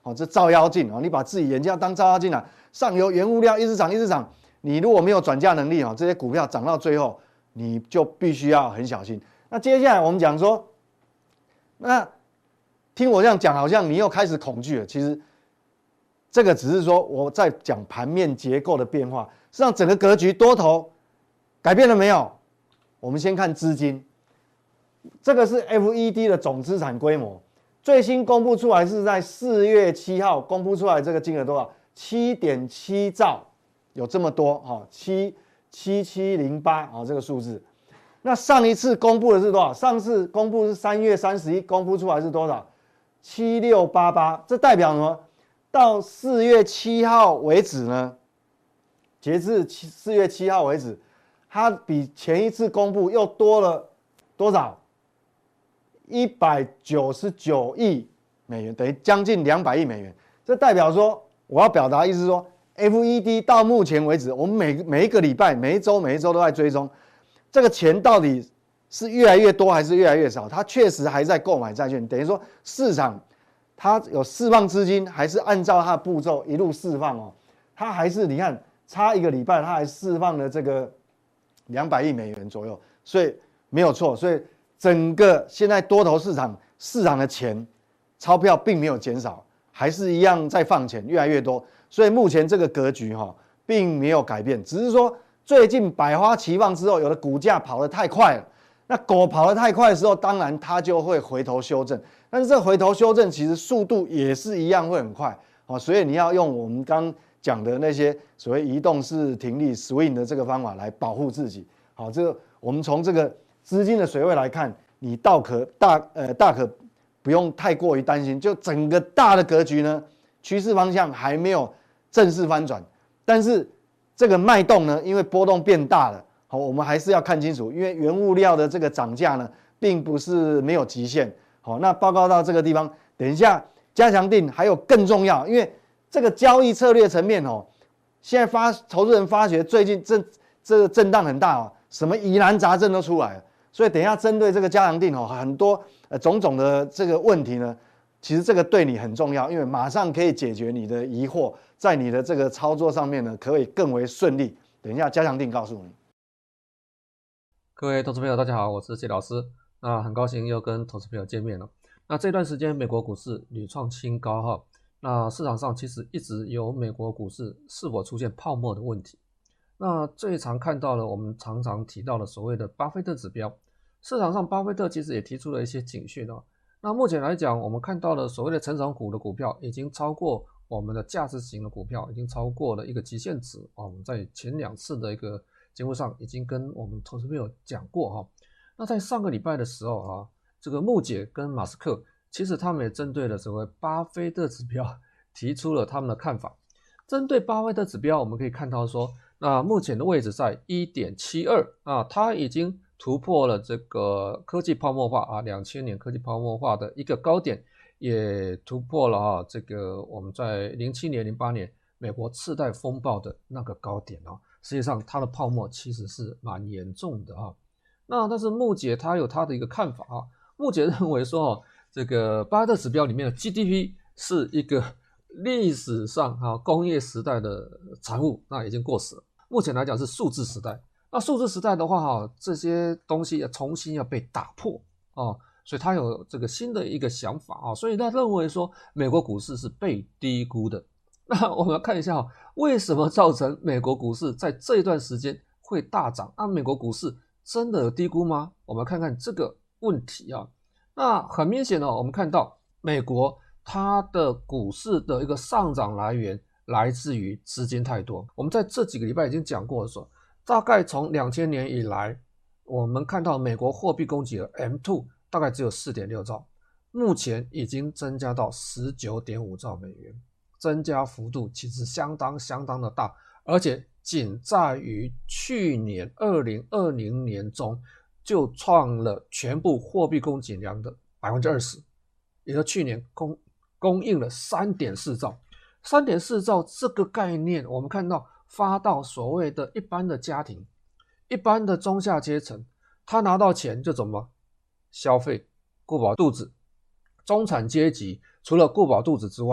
哦，这照妖镜哦，你把自己眼睛要当照妖镜啊，上游原物料一直涨一直涨，你如果没有转嫁能力哦，这些股票涨到最后，你就必须要很小心。那接下来我们讲说，那听我这样讲，好像你又开始恐惧了。其实这个只是说我在讲盘面结构的变化，实际上整个格局多头改变了没有？我们先看资金，这个是 F E D 的总资产规模，最新公布出来是在四月七号公布出来，这个金额多少？七点七兆，有这么多哈，七七七零八啊，这个数字。那上一次公布的是多少？上次公布是三月三十一，公布出来是多少？七六八八，这代表什么？到四月七号为止呢？截至四月七号为止，它比前一次公布又多了多少？一百九十九亿美元，等于将近两百亿美元。这代表说，我要表达意思是说 ，F E D 到目前为止，我们每每一个礼拜、每一周、每一周都在追踪。这个钱到底是越来越多还是越来越少？它确实还在购买债券，等于说市场它有释放资金，还是按照它的步骤一路释放哦。它还是你看差一个礼拜，它还释放了这个两百亿美元左右，所以没有错。所以整个现在多头市场市场的钱钞票并没有减少，还是一样在放钱，越来越多。所以目前这个格局哈、哦、并没有改变，只是说。最近百花齐放之后，有的股价跑得太快了，那狗跑得太快的时候，当然它就会回头修正。但是这回头修正其实速度也是一样会很快，好，所以你要用我们刚讲的那些所谓移动式停利 swing 的这个方法来保护自己。好，这个我们从这个资金的水位来看，你大可大呃大可不用太过于担心，就整个大的格局呢，趋势方向还没有正式翻转，但是。这个脉动呢，因为波动变大了，好，我们还是要看清楚，因为原物料的这个涨价呢，并不是没有极限。好，那报告到这个地方，等一下加强定还有更重要，因为这个交易策略层面哦，现在发投资人发觉最近这这个震荡很大哦，什么疑难杂症都出来了，所以等一下针对这个加强定哦，很多呃种种的这个问题呢，其实这个对你很重要，因为马上可以解决你的疑惑。在你的这个操作上面呢，可以更为顺利。等一下加强定告诉你。 各位投资朋友，大家好，我是谢老师。那很高兴又跟投资朋友见面了。那这段时间美国股市屡创新高哈，那市场上其实一直有美国股市是否出现泡沫的问题。那最常看到了我们常常提到的所谓的巴菲特指标，市场上巴菲特其实也提出了一些警讯哦。那目前来讲，我们看到了所谓的成长股的股票已经超过。我们的价值型的股票已经超过了一个极限值啊！我们在前两次的一个节目上已经跟我们投资朋友讲过哈。那在上个礼拜的时候啊，这个穆姐跟马斯克其实他们也针对了所谓巴菲特指标提出了他们的看法。针对巴菲特指标，我们可以看到说，那目前的位置在 一点七二 啊，它已经突破了这个科技泡沫化啊，两千年科技泡沫化的一个高点。也突破了啊，这个我们在零七年、零八年美国次贷风暴的那个高点啊，实际上它的泡沫其实是蛮严重的啊。那但是穆姐他有他的一个看法啊，穆姐认为说哦，这个巴菲特指标里面的 G D P 是一个历史上啊工业时代的产物，那已经过时了。目前来讲是数字时代，那数字时代的话哈，这些东西要重新要被打破啊。所以他有这个新的一个想法啊，所以他认为说美国股市是被低估的。那我们要看一下为什么造成美国股市在这一段时间会大涨？那美国股市真的有低估吗？我们看看这个问题啊。那很明显哦，我们看到美国它的股市的一个上涨来源来自于资金太多。我们在这几个礼拜已经讲过的时候，大概从两千年以来，我们看到美国货币供给额 M 二。大概只有 四点六兆，目前已经增加到 十九点五兆美元，增加幅度其实相当相当的大，而且仅在于去年二零二零年中就创了全部货币供给量的 百分之二十， 也就是去年供供应了 三点四兆。三点四兆这个概念，我们看到发到所谓的一般的家庭，一般的中下阶层，他拿到钱就怎么消费，顾饱肚子。中产阶级除了顾饱肚子之外，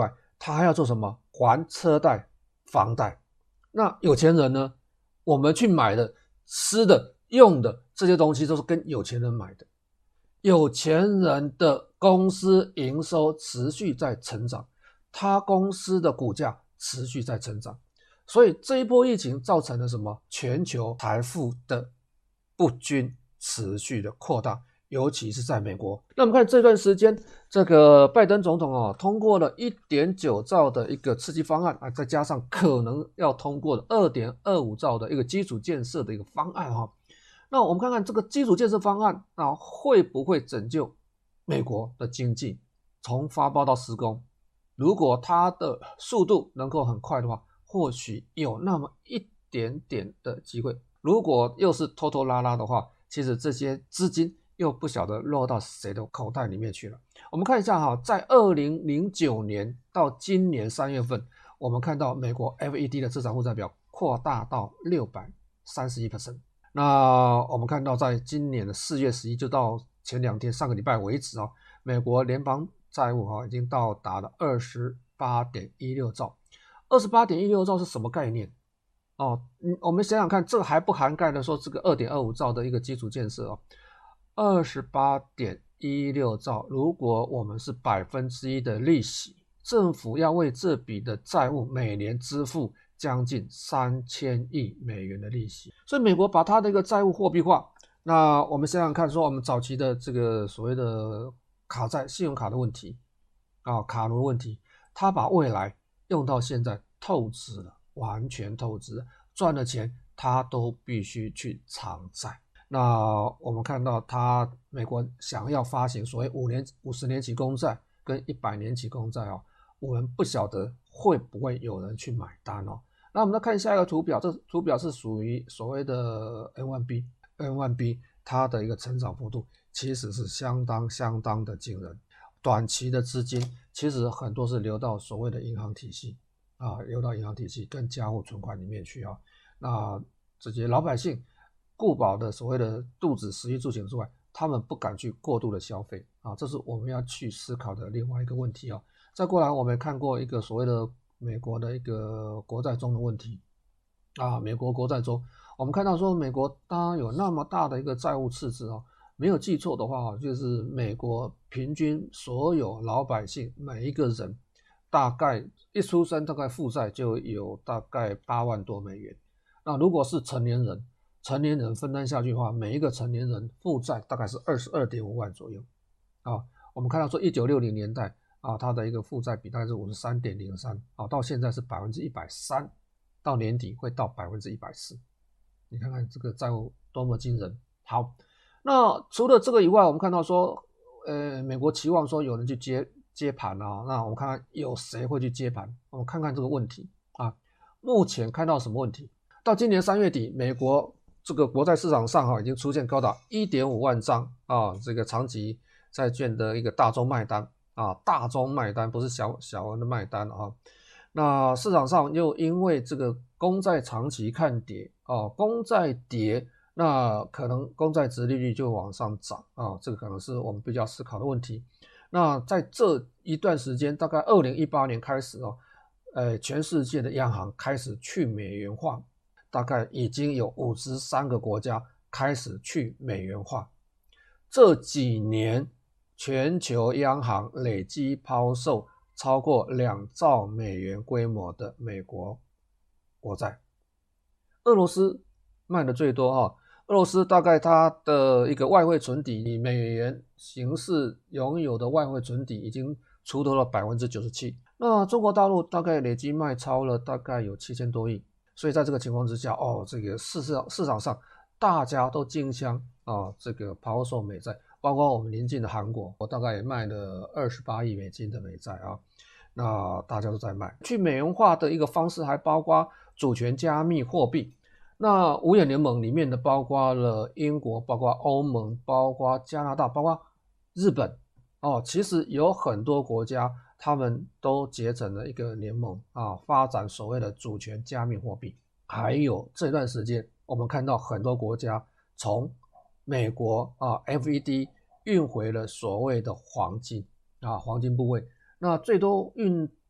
他还要做什么？还车贷、房贷。那有钱人呢？我们去买的、吃的、用的这些东西都是跟有钱人买的。有钱人的公司营收持续在成长，他公司的股价持续在成长，所以这一波疫情造成了什么？全球财富的不均持续的扩大，尤其是在美国。那我们看这段时间，这个拜登总统哦，通过了 一点九兆的一个刺激方案啊，再加上可能要通过的 二点二五兆的一个基础建设的一个方案哈、哦。那我们看看这个基础建设方案啊，会不会拯救美国的经济？从发包到施工，如果它的速度能够很快的话，或许有那么一点点的机会。如果又是拖拖拉拉的话，其实这些资金又不晓得落到谁的口袋里面去了。我们看一下哈，在二零零九年到今年三月份，我们看到美国 F E D 的资产负债表扩大到 百分之六百三十一。那我们看到在今年的四月十一就到前两天上个礼拜为止哦，美国联邦债务哦已经到达了 二十八点一六兆。二十八点一六兆是什么概念哦？我们想想看，这个还不涵盖的说这个 二点二五兆的一个基础建设哦。二十八点一六兆，如果我们是百分之一的利息，政府要为这笔的债务每年支付将近三千亿美元的利息，所以美国把它的一个债务货币化。那我们想想看，说我们早期的这个所谓的卡债、信用卡的问题啊，卡奴的问题，他把未来用到现在透支了，完全透支了，赚的钱他都必须去偿债。那我们看到他美国想要发行所谓五年、五十年期公债跟一百年期公债哦，我们不晓得会不会有人去买单哦。那我们再看下一个图表，这图表是属于所谓的 N 一 B，N 一 B 它的一个成长幅度其实是相当相当的惊人。短期的资金其实很多是流到所谓的银行体系啊，流到银行体系跟家户存款里面去啊。那这些老百姓顾饱的所谓的肚子、食衣住行之外，他们不敢去过度的消费啊，这是我们要去思考的另外一个问题啊。再过来，我们看过一个所谓的美国的一个国债中的问题啊，美国国债中，我们看到说美国当然有那么大的一个债务赤字哦，没有记错的话，就是美国平均所有老百姓每一个人大概一出生大概负债就有大概八万多美元。那如果是成年人，成年人分担下去的话，每一个成年人负债大概是 二十二点五万左右啊。我们看到说一九六零年代啊，它的一个负债比大概是 五十三点零三 啊，到现在是 百分之一百三十， 到年底会到 百分之一百四十。 你看看这个债务多么惊人。好，那除了这个以外，我们看到说呃，美国期望说有人去接接盘啊，那我们看看有谁会去接盘，我们看看这个问题啊。目前看到什么问题？到今年三月底，美国这个国债市场上哈、啊、已经出现高达 一点五万张啊，这个长期债券的一个大宗卖单啊，大宗卖单不是小小额的卖单啊。那市场上又因为这个公债长期看跌啊，公债跌，那可能公债殖利率就往上涨啊，这个可能是我们比较思考的问题。那在这一段时间，大概二零一八年开始哦，呃，全世界的央行开始去美元化，大概已经有五十三个国家开始去美元化。这几年全球央行累计抛售超过两兆美元规模的美国国债。俄罗斯卖的最多哈，俄罗斯大概它的一个外汇存底以美元形式拥有的外汇存底已经出脱了 百分之九十七。那中国大陆大概累计卖超了大概有七千多亿。所以在这个情况之下，哦，这个市场市场上大家都竞相啊，这个抛售美债，包括我们邻近的韩国，我大概也卖了二十八亿美金的美债啊，那大家都在卖。去美元化的一个方式还包括主权加密货币。那五眼联盟里面的包括了英国，包括欧盟，包括加拿大，包括日本哦，其实有很多国家他们都结成了一个联盟啊，发展所谓的主权加密货币。还有这段时间我们看到很多国家从美国啊 F E D 运回了所谓的黄金啊黄金部位，那最多运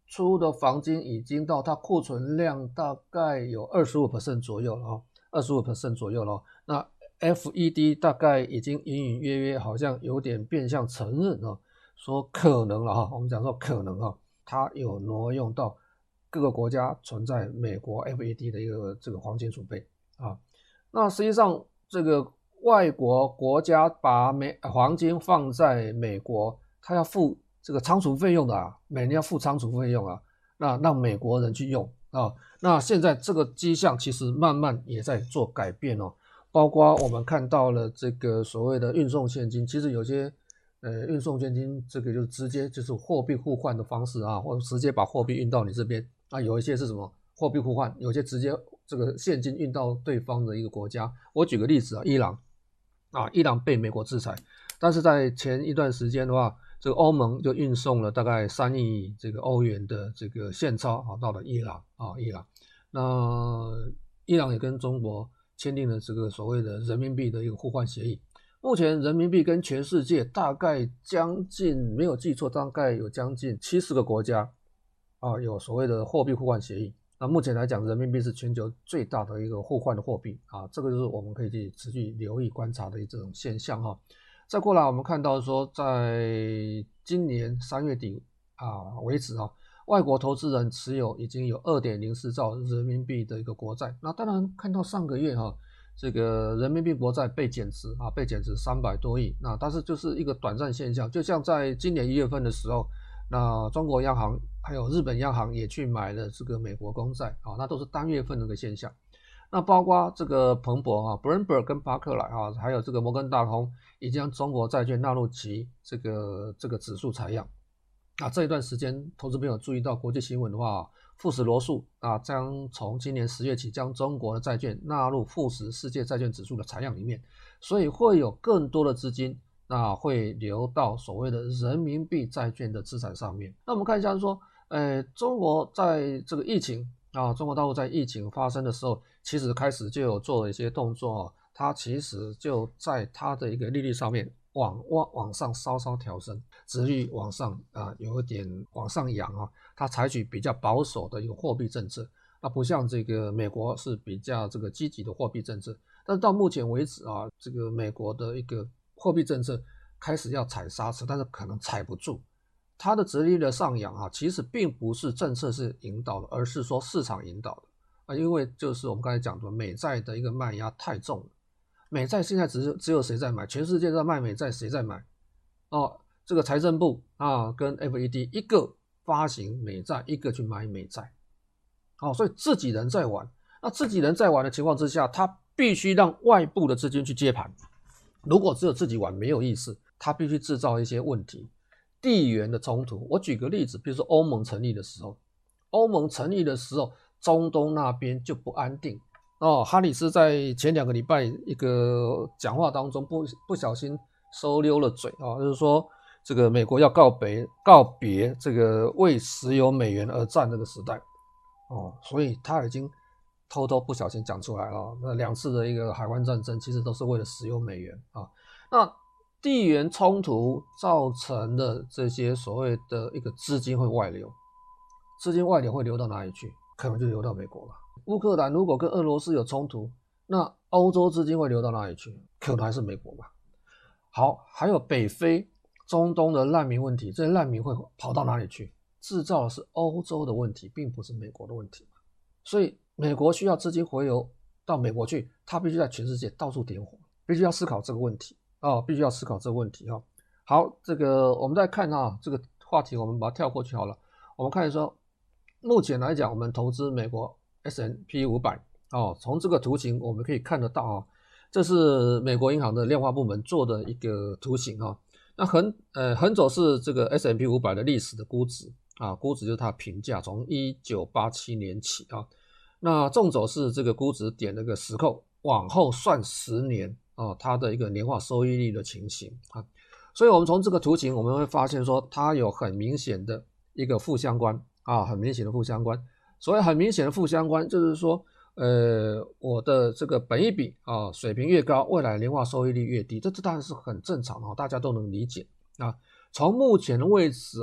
出的黄金已经到它库存量大概有 百分之二十五 左右了、哦、百分之二十五 左右了、哦、那 F E D 大概已经隐隐约约好像有点变相承认、哦、说可能了哈、哦，我们讲说可能哈、哦，它有挪用到各个国家存在美国 F E D 的一个这个黄金储备啊。那实际上这个外国国家把美黄金放在美国，它要付这个仓储费用的啊，每年要付仓储费用啊，那让美国人去用啊。那现在这个迹象其实慢慢也在做改变哦。包括我们看到了这个所谓的运送现金，其实有些呃运送现金这个就直接就是货币互换的方式啊，或者直接把货币运到你这边啊，有一些是什么货币互换，有些直接这个现金运到对方的一个国家。我举个例子啊，伊朗啊，伊朗被美国制裁，但是在前一段时间的话，这个欧盟就运送了大概三亿这个欧元的这个现钞啊到了伊朗啊，伊朗，那伊朗也跟中国签订了这个所谓的人民币的一个互换协议。目前人民币跟全世界大概将近，没有记错，大概有将近七十个国家啊有所谓的货币互换协议。那目前来讲，人民币是全球最大的一个互换的货币啊，这个就是我们可以去持续留意观察的这种现象哈。再过来，我们看到说，在今年三月底啊为止啊，外国投资人持有已经有 二点零四兆人民币的一个国债。那当然看到上个月哈、啊，这个人民币国债被减值啊，被减值三百多亿。那但是就是一个短暂现象，就像在今年一月份的时候，那中国央行还有日本央行也去买了这个美国公债啊，那都是单月份的一个现象。那包括这个彭博啊 Bloomberg 跟巴克莱啊，还有这个摩根大通已经将中国债券纳入其这个这个指数采样。啊，这一段时间投资朋友注意到国际新闻的话，富时罗素啊将从今年十月起将中国的债券纳入富时世界债券指数的采样里面，所以会有更多的资金那会流到所谓的人民币债券的资产上面。那我们看一下说，呃，中国在这个疫情啊，中国大陆在疫情发生的时候，其实开始就有做了一些动作哦，它其实就在它的一个利率上面往往往上稍稍调升，殖利率往上啊有一点往上扬啊，它采取比较保守的一个货币政策，那不像这个美国是比较这个积极的货币政策。但是到目前为止啊，这个美国的一个货币政策开始要踩刹车，但是可能踩不住。它的殖利率的上扬啊，其实并不是政策是引导的，而是说市场引导的啊，因为就是我们刚才讲的美债的一个卖压太重了。美债现在只有只有谁在买？全世界在卖美债，谁在买？哦，这个财政部啊跟 F E D 一个发行美债，一个去买美债。哦，所以自己人在玩。那自己人在玩的情况之下，他必须让外部的资金去接盘。如果只有自己玩没有意思，他必须制造一些问题。地缘的冲突，我举个例子，比如说欧盟成立的时候，欧盟成立的时候，中东那边就不安定哦。哈里斯在前两个礼拜一个讲话当中不不小心收溜了嘴啊、哦，就是说这个美国要告别告别这个为石油美元而战这个时代哦，所以他已经偷偷不小心讲出来了、哦。那两次的一个海湾战争其实都是为了石油美元啊、哦，那。地缘冲突造成的这些所谓的一个资金会外流，资金外流会流到哪里去？可能就流到美国吧。乌克兰如果跟俄罗斯有冲突，那欧洲资金会流到哪里去？可能还是美国吧。好，还有北非、中东的难民问题，这些难民会跑到哪里去？制造的是欧洲的问题，并不是美国的问题。所以美国需要资金回流到美国去，他必须在全世界到处点火，必须要思考这个问题。哦，必须要思考这个问题哈、哦。好，这个我们再看啊，这个话题我们把它跳过去好了。我们看说，目前来讲，我们投资美国 S and P 五百哦，从这个图形我们可以看得到啊，这是美国银行的量化部门做的一个图形啊。那横呃横轴是这个 S and P 五百的历史的估值啊，估值就是它的评价，从一九八七年起啊。那纵轴是这个估值点那个时扣往后算十年。哦，它的一个年化收益率的情形啊，所以我们从这个图形我们会发现说，它有很明显的一个负相关啊，很明显的负相关。所谓很明显的负相关，就是说，呃，我的这个本益比啊水平越高，未来年化收益率越低，这这当然是很正常的、哦，大家都能理解啊。从目前的位置啊，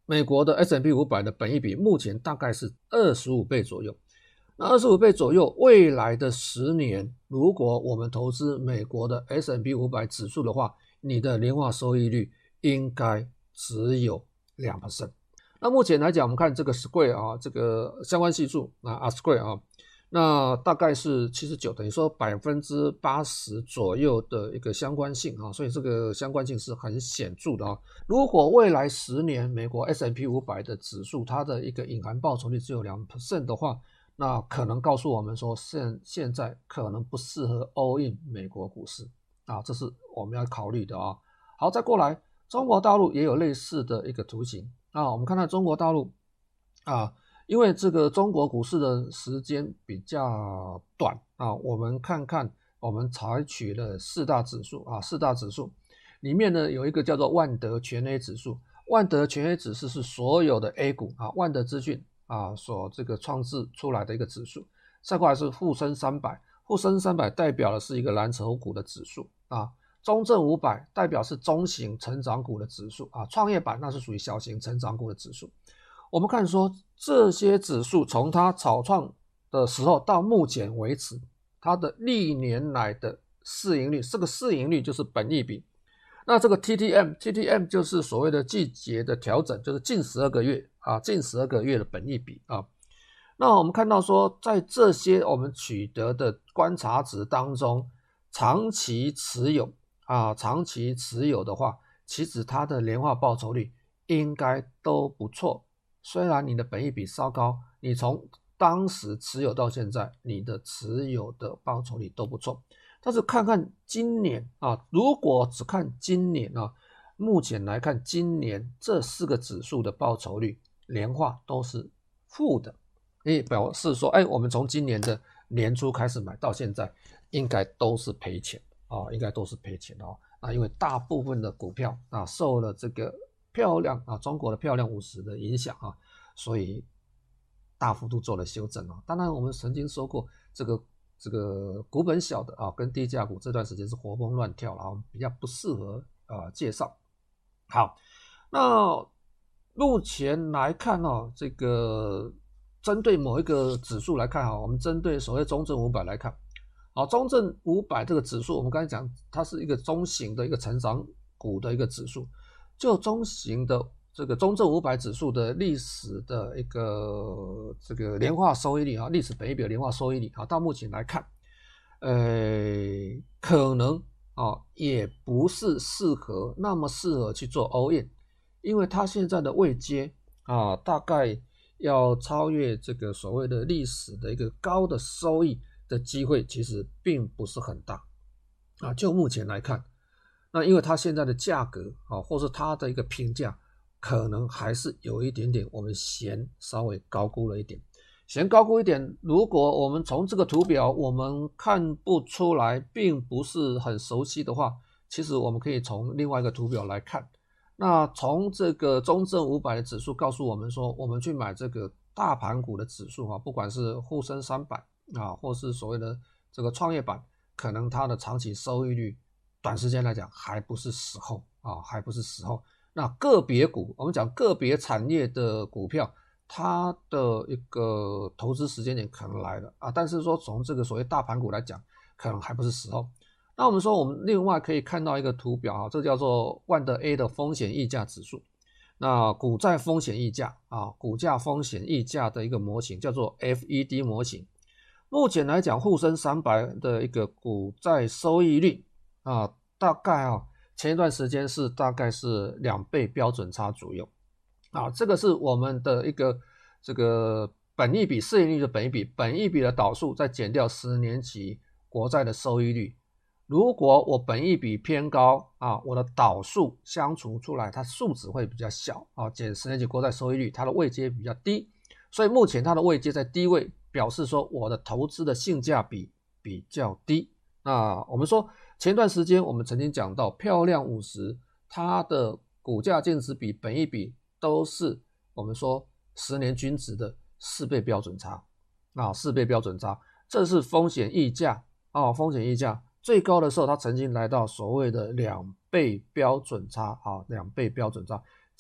美国的 S and P 五百 的本益比目前大概是二十五倍左右。那二十五倍左右，未来的十年，如果我们投资美国的 S and P 五百 指数的话，你的年化收益率应该只有 百分之二。那目前来讲，我们看这个 Square 啊，这个相关系数啊 R Square 啊，那大概是七十九，等于说 百分之八十 左右的一个相关性啊，所以这个相关性是很显著的啊。如果未来十年美国 S and P 五百 的指数它的一个隐含报酬率只有 百分之二 的话，那可能告诉我们说现现在可能不适合 all in 美国股市啊，这是我们要考虑的啊。好，再过来，中国大陆也有类似的一个图形啊。我们看到中国大陆啊，因为这个中国股市的时间比较短啊，我们看看我们采取了四大指数啊，四大指数里面呢有一个叫做万德全 A 指数，万德全 A 指数是所有的 A 股啊，万德资讯啊，所这个创制出来的一个指数。再过来是沪深三百，沪深三百代表的是一个蓝筹股的指数啊，中证五百代表是中型成长股的指数啊，创业板那是属于小型成长股的指数。我们看说这些指数从它草创的时候到目前为止，它的历年来的市盈率，这个市盈率就是本益比。那这个 T T M T T M 就是所谓的季节的调整，就是近十二个月啊，近十二个月的本益比啊。那我们看到说，在这些我们取得的观察值当中，长期持有啊，长期持有的话，其实它的年化报酬率应该都不错。虽然你的本益比稍高，你从当时持有到现在，你的持有的报酬率都不错。但是看看今年啊，如果只看今年啊，目前来看今年这四个指数的报酬率年化都是负的，也表示说，哎，我们从今年的年初开始买到现在，应该都是赔钱啊，应该都是赔钱哦。啊，因为大部分的股票啊，受了这个漂亮啊中国的漂亮五十的影响啊，所以大幅度做了修正啊。当然，我们曾经说过这个。这个股本小的啊，跟低价股这段时间是活蹦乱跳，然后比较不适合呃介绍。好，那目前来看哦，这个针对某一个指数来看哈，我们针对所谓中证五百来看，好，中证五百这个指数，我们刚才讲它是一个中型的一个成长股的一个指数，就中型的这个中证五百指数的历史的一个这个年化收益率啊，历史本益比的年化收益率啊，到目前来看，呃，可能啊也不是适合那么适合去做 all in， 因为它现在的位阶啊，大概要超越这个所谓的历史的一个高的收益的机会，其实并不是很大啊。就目前来看，那因为它现在的价格啊，或是它的一个评价。可能还是有一点点我们嫌稍微高估了一点，嫌高估一点。如果我们从这个图表我们看不出来，并不是很熟悉的话，其实我们可以从另外一个图表来看。那从这个中证五百的指数告诉我们说，我们去买这个大盘股的指数啊，不管是沪深三百啊，或是所谓的这个创业板，可能它的长期收益率短时间来讲还不是时候啊，还不是时候。那个别股，我们讲个别产业的股票，它的一个投资时间点可能来了啊，但是说从这个所谓大盘股来讲，可能还不是时候。那我们说，我们另外可以看到一个图表啊，这叫做万德 A 的风险溢价指数。那股债风险溢价啊，股价风险溢价的一个模型叫做 F E D 模型。目前来讲，沪深三百的一个股债收益率啊，大概啊。前一段时间是大概是两倍标准差左右啊，这个是我们的一个这个本益比市盈率的本益比，本益比的导数再减掉十年期国债的收益率。如果我本益比偏高啊，我的导数相除出来，它数值会比较小啊，减十年期国债收益率，它的位阶比较低，所以目前它的位阶在低位，表示说我的投资的性价比比较低。那我们说前段时间我们曾经讲到漂亮五十，它的股价净值比本益比都是我们说十年均值的四倍标准差啊，四倍标准差，这是风险溢价啊，风险溢价最高的时候它曾经来到所谓的两倍标准差啊，两倍标准差，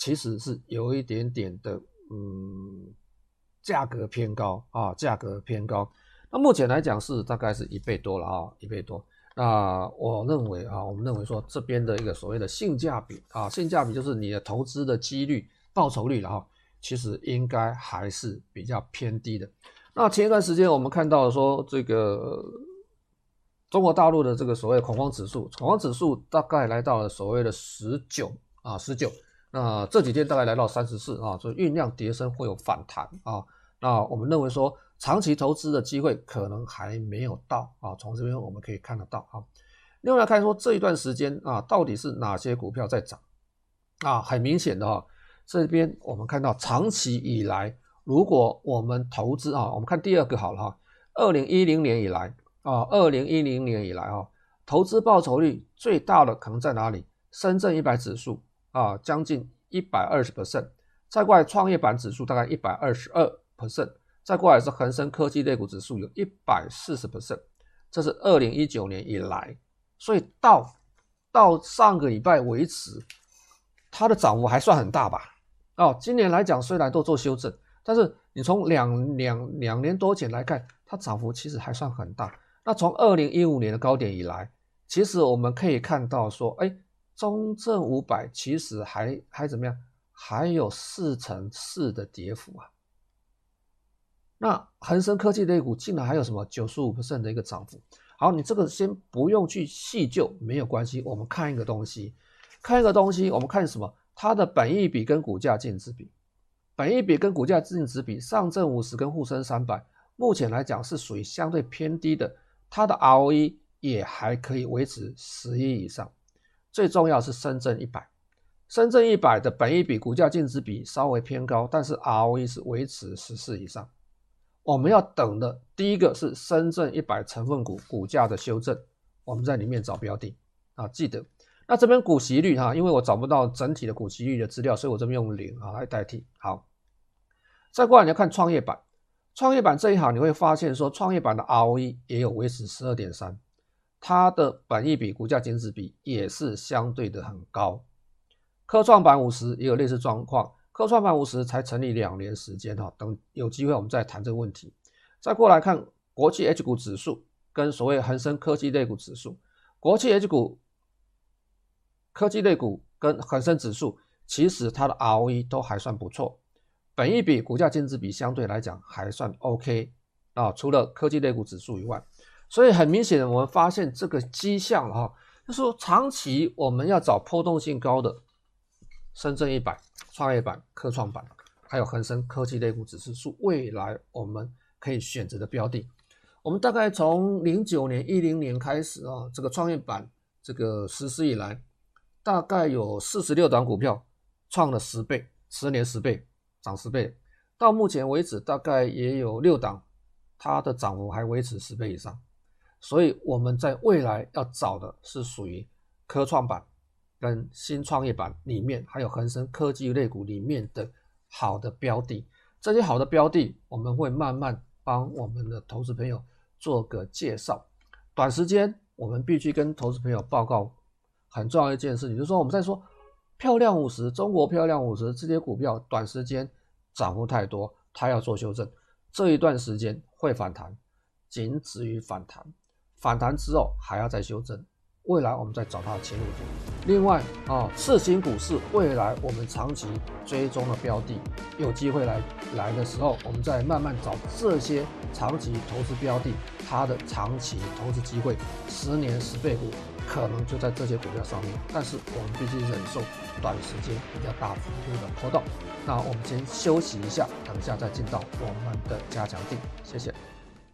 其实是有一点点的嗯价格偏高啊，价格偏高。那目前来讲是大概是一倍多了啊，一倍多。那我认为啊，我们认为说这边的一个所谓的性价比啊，性价比就是你的投资的几率、报酬率了哈，其实应该还是比较偏低的。那前一段时间我们看到说这个中国大陆的这个所谓恐慌指数，恐慌指数大概来到了所谓的十九啊，十九。那这几天大概来到三十四啊，所以酝酿跌升会有反弹啊。那我们认为说长期投资的机会可能还没有到啊，从这边我们可以看得到啊。另外来看说这一段时间啊，到底是哪些股票在涨啊？很明显的哈，这边我们看到长期以来，如果我们投资啊，我们看第二个好了哈，二零一零年以来啊，二零一零年以来啊，投资报酬率最大的可能在哪里？深圳一百指数啊，将近 百分之一百二十， 再过来创业板指数大概 百分之一百二十二， 再过来是恒生科技类股指数有 百分之一百四十， 这是二零一九年以来，所以到到上个礼拜为止，它的涨幅还算很大吧？哦，今年来讲虽然都做修正，但是你从两两两年多前来看，它涨幅其实还算很大。那从二零一五年的高点以来，其实我们可以看到说，哎，中证五百其实还还怎么样？还有四成四的跌幅啊。那恒生科技类股竟然还有什么 百分之九十五 的一个涨幅。好，你这个先不用去细究，没有关系。我们看一个东西，看一个东西，我们看什么？它的本益比跟股价净值比。本益比跟股价净值比，上证五十跟沪深三百，目前来讲是属于相对偏低的，它的 R O E 也还可以维持十一以上。最重要是深圳一百，深圳一百的本益比、股价净值比稍微偏高，但是 R O E 是维持十四以上。我们要等的第一个是深圳一百成分股股价的修正，我们在里面找标的啊，记得。那这边股息率哈，因为我找不到整体的股息率的资料，所以我这边用零啊来代替。好，再过来你要看创业板，创业板这一行你会发现说，创业板的 R O E 也有维持 十二点三， 它的本益比、股价净值比也是相对的很高。科创板五十也有类似状况。科创板五十才成立两年时间哈，等有机会我们再谈这个问题。再过来看国际 H 股指数跟所谓恒生科技类股指数，国际 H 股、科技类股跟恒生指数，其实它的 R O E 都还算不错，本益比、股价净值比相对来讲还算 OK 啊，除了科技类股指数以外，所以很明显的我们发现这个迹象了哈，就是说长期我们要找波动性高的深圳一百。创业板、科创板，还有恒生科技类股指数是未来我们可以选择的标的。我们大概从零九年、一零年开始啊，这个创业板这个实施以来，大概有四十六档股票创了十倍，十年十倍，涨十倍。到目前为止，大概也有六档，它的涨幅还维持十倍以上。所以我们在未来要找的是属于科创板跟新创业板里面，还有恒生科技类股里面的好的标的，这些好的标的我们会慢慢帮我们的投资朋友做个介绍。短时间我们必须跟投资朋友报告很重要的一件事情，就是说我们在说漂亮五十、中国漂亮五十这些股票短时间涨幅太多，它要做修正，这一段时间会反弹，仅止于反弹，反弹之后还要再修正。未来我们再找它的切入点。另外啊，次新股是未来我们长期追踪的标的，有机会来来的时候，我们再慢慢找这些长期投资标的，它的长期投资机会，十年十倍股可能就在这些股票上面。但是我们必须忍受短时间比较大幅度的波动。那我们先休息一下，等一下再进到我们的加强定。谢谢。